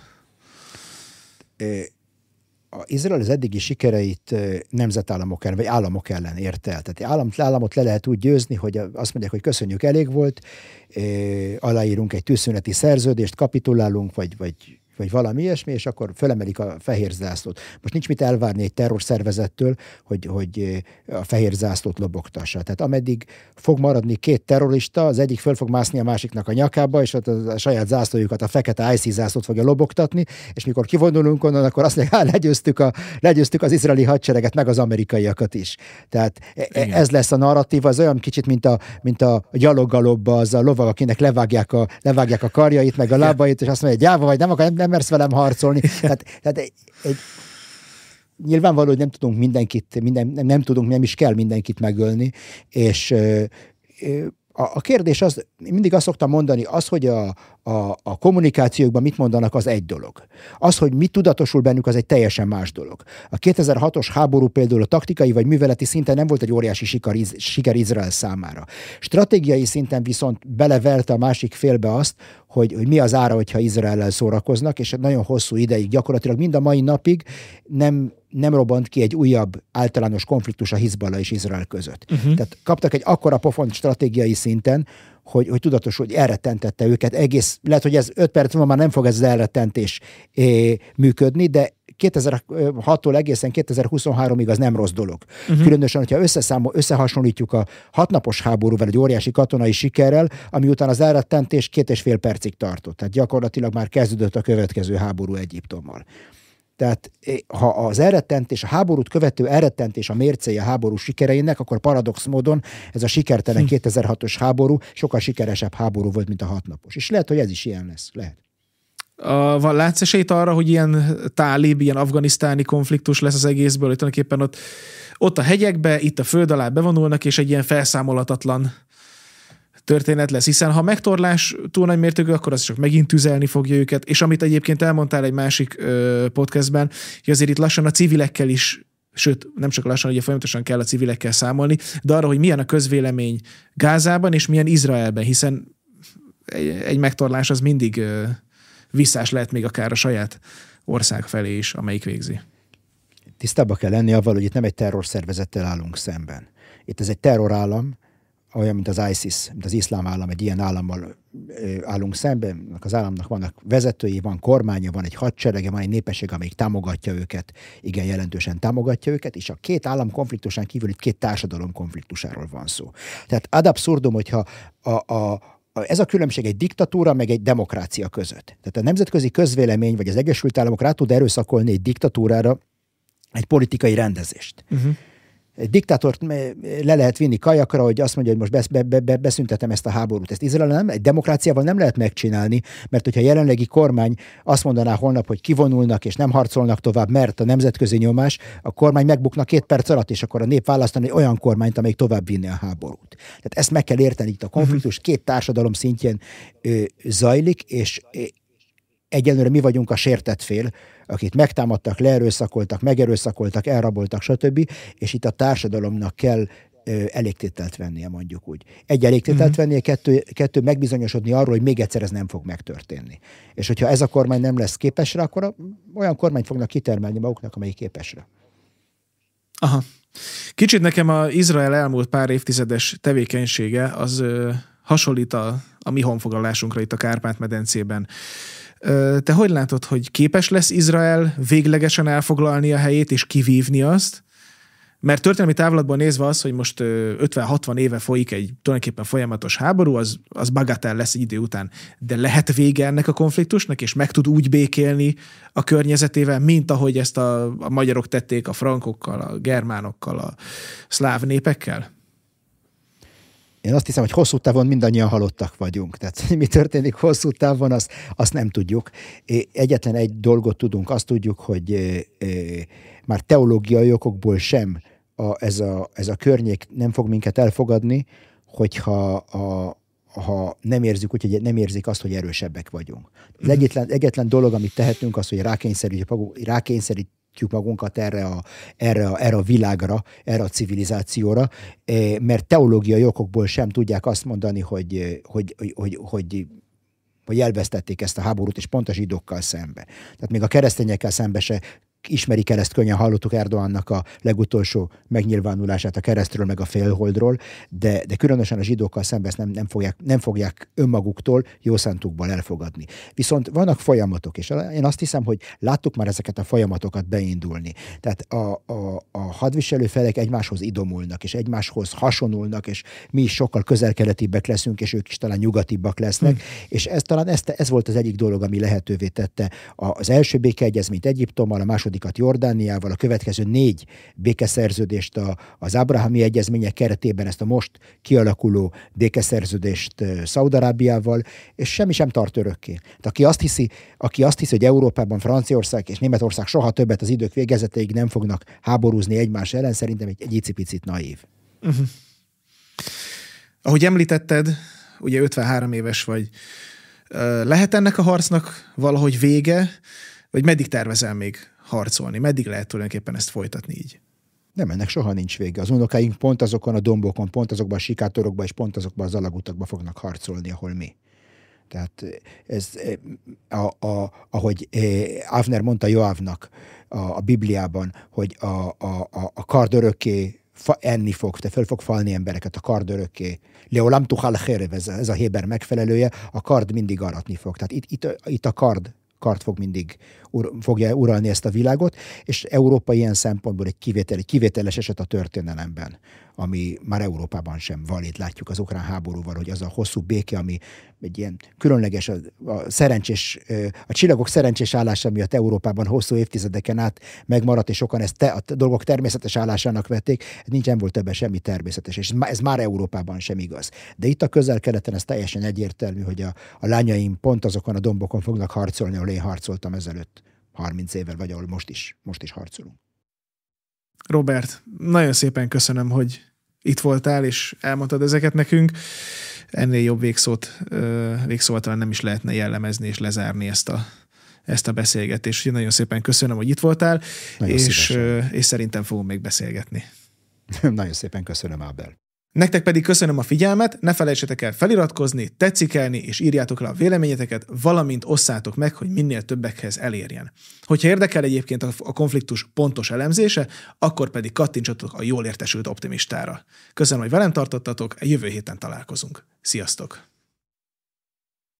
Izrael az eddigi sikereit nemzetállamok ellen, vagy államok ellen ért el. Tehát államot le lehet úgy győzni, hogy azt mondják, hogy köszönjük, elég volt, aláírunk egy tűzszüneti szerződést, kapitulálunk, vagy vagy valami ilyesmi, és akkor fölemelik a fehér zászlót. Most nincs mit elvárni egy terrorszervezettől, hogy a fehér zászlót lobogtassa. Tehát ameddig fog maradni két terrorista, az egyik föl fog mászni a másiknak a nyakába, és ott a saját zászlójukat, a fekete IC zászlót fogja lobogtatni, és mikor kivonulunk onnan, akkor azt mondják, legyőztük az izraeli hadsereget, meg az amerikaiakat is. Tehát ez lesz a narratíva, az olyan kicsit, mint a gyaloggalobba, az a lovag, akinek levágják a karjait, meg a lábait, és azt mondja, gyáva vagy, nem mersz velem harcolni. Tehát nyilvánvaló, hogy nem tudunk nem is kell mindenkit megölni, és a kérdés az, mindig azt szoktam mondani, az, hogy a kommunikációkban mit mondanak, az egy dolog. Az, hogy mit tudatosul bennük, az egy teljesen más dolog. A 2006-os háború például a taktikai vagy műveleti szinten nem volt egy óriási siker Izrael számára. Stratégiai szinten viszont beleverte a másik félbe azt, hogy mi az ára, hogyha Izraellel szórakoznak, és nagyon hosszú ideig, gyakorlatilag mind a mai napig nem robbant ki egy újabb általános konfliktus a Hizballah és Izrael között. Tehát kaptak egy akkora pofont stratégiai szinten, hogy tudatosul, hogy elrettentette őket. Lehet, hogy ez 5 perc múlva már nem fog ez az elrettentés működni, de 2006-tól egészen 2023-ig az nem rossz dolog. Különösen, hogyha összehasonlítjuk a 6 napos háborúval, egy óriási katonai sikerrel, ami után az elrettentés 2,5 percig tartott. Tehát gyakorlatilag már kezdődött a következő háború Egyiptommal. Tehát ha az elrettentés, a háborút követő elrettentés a mércéje a háború sikereinek, akkor paradox módon ez a sikertelen 2006-os háború sokkal sikeresebb háború volt, mint a 6 napos. És lehet, hogy ez is ilyen lesz. Lehet. Látsz esélyt arra, hogy ilyen tálib, ilyen afganisztáni konfliktus lesz az egészből, hogy tulajdonképpen ott a hegyekbe, itt a föld alá bevonulnak, és egy ilyen felszámolhatatlan történet lesz, hiszen ha megtorlás túl nagy mértékű, akkor az csak megint tüzelni fogja őket, és amit egyébként elmondtál egy másik podcastben, hogy azért itt lassan a civilekkel is, sőt, nem csak lassan, ugye folyamatosan kell a civilekkel számolni, de arra, hogy milyen a közvélemény Gázában, és milyen Izraelben, hiszen egy megtorlás az mindig visszás lehet még akár a saját ország felé is, amelyik végzi. Tisztába kell lenni avval, hogy itt nem egy terrorszervezettel állunk szemben. Itt ez egy terrorállam, olyan, mint az ISIS, mint az iszlám állam, egy ilyen állammal állunk szemben. Az államnak vannak vezetői, van kormánya, van egy hadserege, van egy népesség, amelyik támogatja őket, igen, jelentősen támogatja őket, és a két állam konfliktusán kívül itt két társadalom konfliktusáról van szó. Tehát ad abszurdum, hogyha ez a különbség egy diktatúra, meg egy demokrácia között. Tehát a nemzetközi közvélemény, vagy az Egyesült Államok rá tud erőszakolni egy diktatúrára egy politikai rendezést. Egy diktátort le lehet vinni kajakra, hogy azt mondja, hogy most beszüntetem ezt a háborút. Ezt Izrael nem, egy demokráciával nem lehet megcsinálni, mert hogyha a jelenlegi kormány azt mondaná holnap, hogy kivonulnak és nem harcolnak tovább, mert a nemzetközi nyomás, a kormány megbukna 2 perc alatt, és akkor a nép választani olyan kormányt, amelyik tovább vinni a háborút. Tehát ezt meg kell érteni, itt a konfliktus két társadalom szintjén zajlik, és egyelőre mi vagyunk a sértett fél, akit megtámadtak, leerőszakoltak, megerőszakoltak, elraboltak, stb. És itt a társadalomnak kell elégtételt vennie, mondjuk úgy. Egy elégtételt vennie, kettő megbizonyosodni arról, hogy még egyszer ez nem fog megtörténni. És hogyha ez a kormány nem lesz képesre, akkor olyan kormányt fognak kitermelni maguknak, amelyik képesre. Aha. Kicsit nekem az Izrael elmúlt pár évtizedes tevékenysége az hasonlít a mi honfoglalásunkra itt a Kárpát-medencében. Te hogy látod, hogy képes lesz Izrael véglegesen elfoglalni a helyét és kivívni azt? Mert történelmi távlatban nézve az, hogy most 50-60 éve folyik egy tulajdonképpen folyamatos háború, az bagatell lesz egy idő után. De lehet vége ennek a konfliktusnak, és meg tud úgy békélni a környezetével, mint ahogy ezt a magyarok tették a frankokkal, a germánokkal, a szláv népekkel? Én azt hiszem, hogy hosszú távon mindannyian halottak vagyunk. Tehát mi történik hosszú távon, azt nem tudjuk. Egyetlen egy dolgot tudunk, azt tudjuk, hogy már teológiai okokból sem ez a környék nem fog minket elfogadni, hogyha ha nem érzük úgy, hogy nem érzik azt, hogy erősebbek vagyunk. Az egyetlen dolog, amit tehetünk, az, hogy rákényszerítjük magunkat erre a világra, erre a civilizációra, mert teológiai okokból sem tudják azt mondani, hogy elvesztették ezt a háborút, és pont a zsidókkal szembe. Tehát még a keresztényekkel szembe se ismerik el ezt, könnyen hallottuk Erdoğannak a legutolsó megnyilvánulását a keresztről, meg a félholdról, de különösen a zsidókkal szemben ezt nem fogják önmaguktól, jó szántukból elfogadni. Viszont vannak folyamatok, és én azt hiszem, hogy láttuk már ezeket a folyamatokat beindulni. Tehát a hadviselő felek egymáshoz idomulnak, és egymáshoz hasonulnak, és mi is sokkal közel-keletibbek leszünk, és ők is talán nyugatibbak lesznek, és ez volt az egyik dolog, ami lehetővé tette az első békeegyezményt Egyiptommal, a másodikat Jordániával, a következő 4 békeszerződést az ábrahami egyezmények keretében, ezt a most kialakuló békeszerződést Szaúd-Arábiával, és semmi sem tart örökké. De aki azt hiszi, hogy Európában Franciaország és Németország soha többet az idők végezetéig nem fognak háborúzni egymás ellen, szerintem egy icipicit naív. Uh-huh. Ahogy említetted, ugye 53 éves vagy, lehet ennek a harcnak valahogy vége, vagy meddig tervezel még harcolni? Meddig lehet tulajdonképpen ezt folytatni így? Nem, ennek soha nincs vége. Az unokáink pont azokon a dombokon, pont azokban a sikátorokban és pont azokban az alagutakban fognak harcolni, ahol mi. Tehát ez, ahogy Avner mondta Joávnak a Bibliában, hogy a kard örökké enni fog, te föl fog falni embereket, a kard örökké. Leolam tuchal cherev, ez a héber megfelelője, a kard mindig aratni fog. Tehát itt a kard fog mindig fogja uralni ezt a világot, és Európa ilyen szempontból egy kivételes eset a történelemben, ami már Európában sem van. Itt látjuk az ukrán háborúval, hogy az a hosszú béke, ami egy ilyen különleges, a csillagok szerencsés állása miatt Európában hosszú évtizedeken át megmaradt, és sokan ezt a dolgok természetes állásának vették, nincsen volt ebben semmi természetes, és ez már Európában sem igaz. De itt a Közel-Keleten ez teljesen egyértelmű, hogy a lányaim pont azokon a dombokon fognak harcolni, ahol én harcoltam ezelőtt 30 évvel, vagy ahol most is harcolunk. Robert, nagyon szépen köszönöm, hogy itt voltál, és elmondtad ezeket nekünk. Ennél jobb végszóval talán nem is lehetne jellemezni és lezárni ezt a beszélgetést. Úgyhogy nagyon szépen köszönöm, hogy itt voltál, és szerintem fogunk még beszélgetni. Nagyon szépen köszönöm, Ábel. Nektek pedig köszönöm a figyelmet, ne felejtsetek el feliratkozni, tetszikelni, és írjátok le a véleményeteket, valamint osszátok meg, hogy minél többekhez elérjen. Hogyha érdekel egyébként a konfliktus pontos elemzése, akkor pedig kattintsatok a jól értesült optimistára. Köszönöm, hogy velem tartottatok, jövő héten találkozunk. Sziasztok!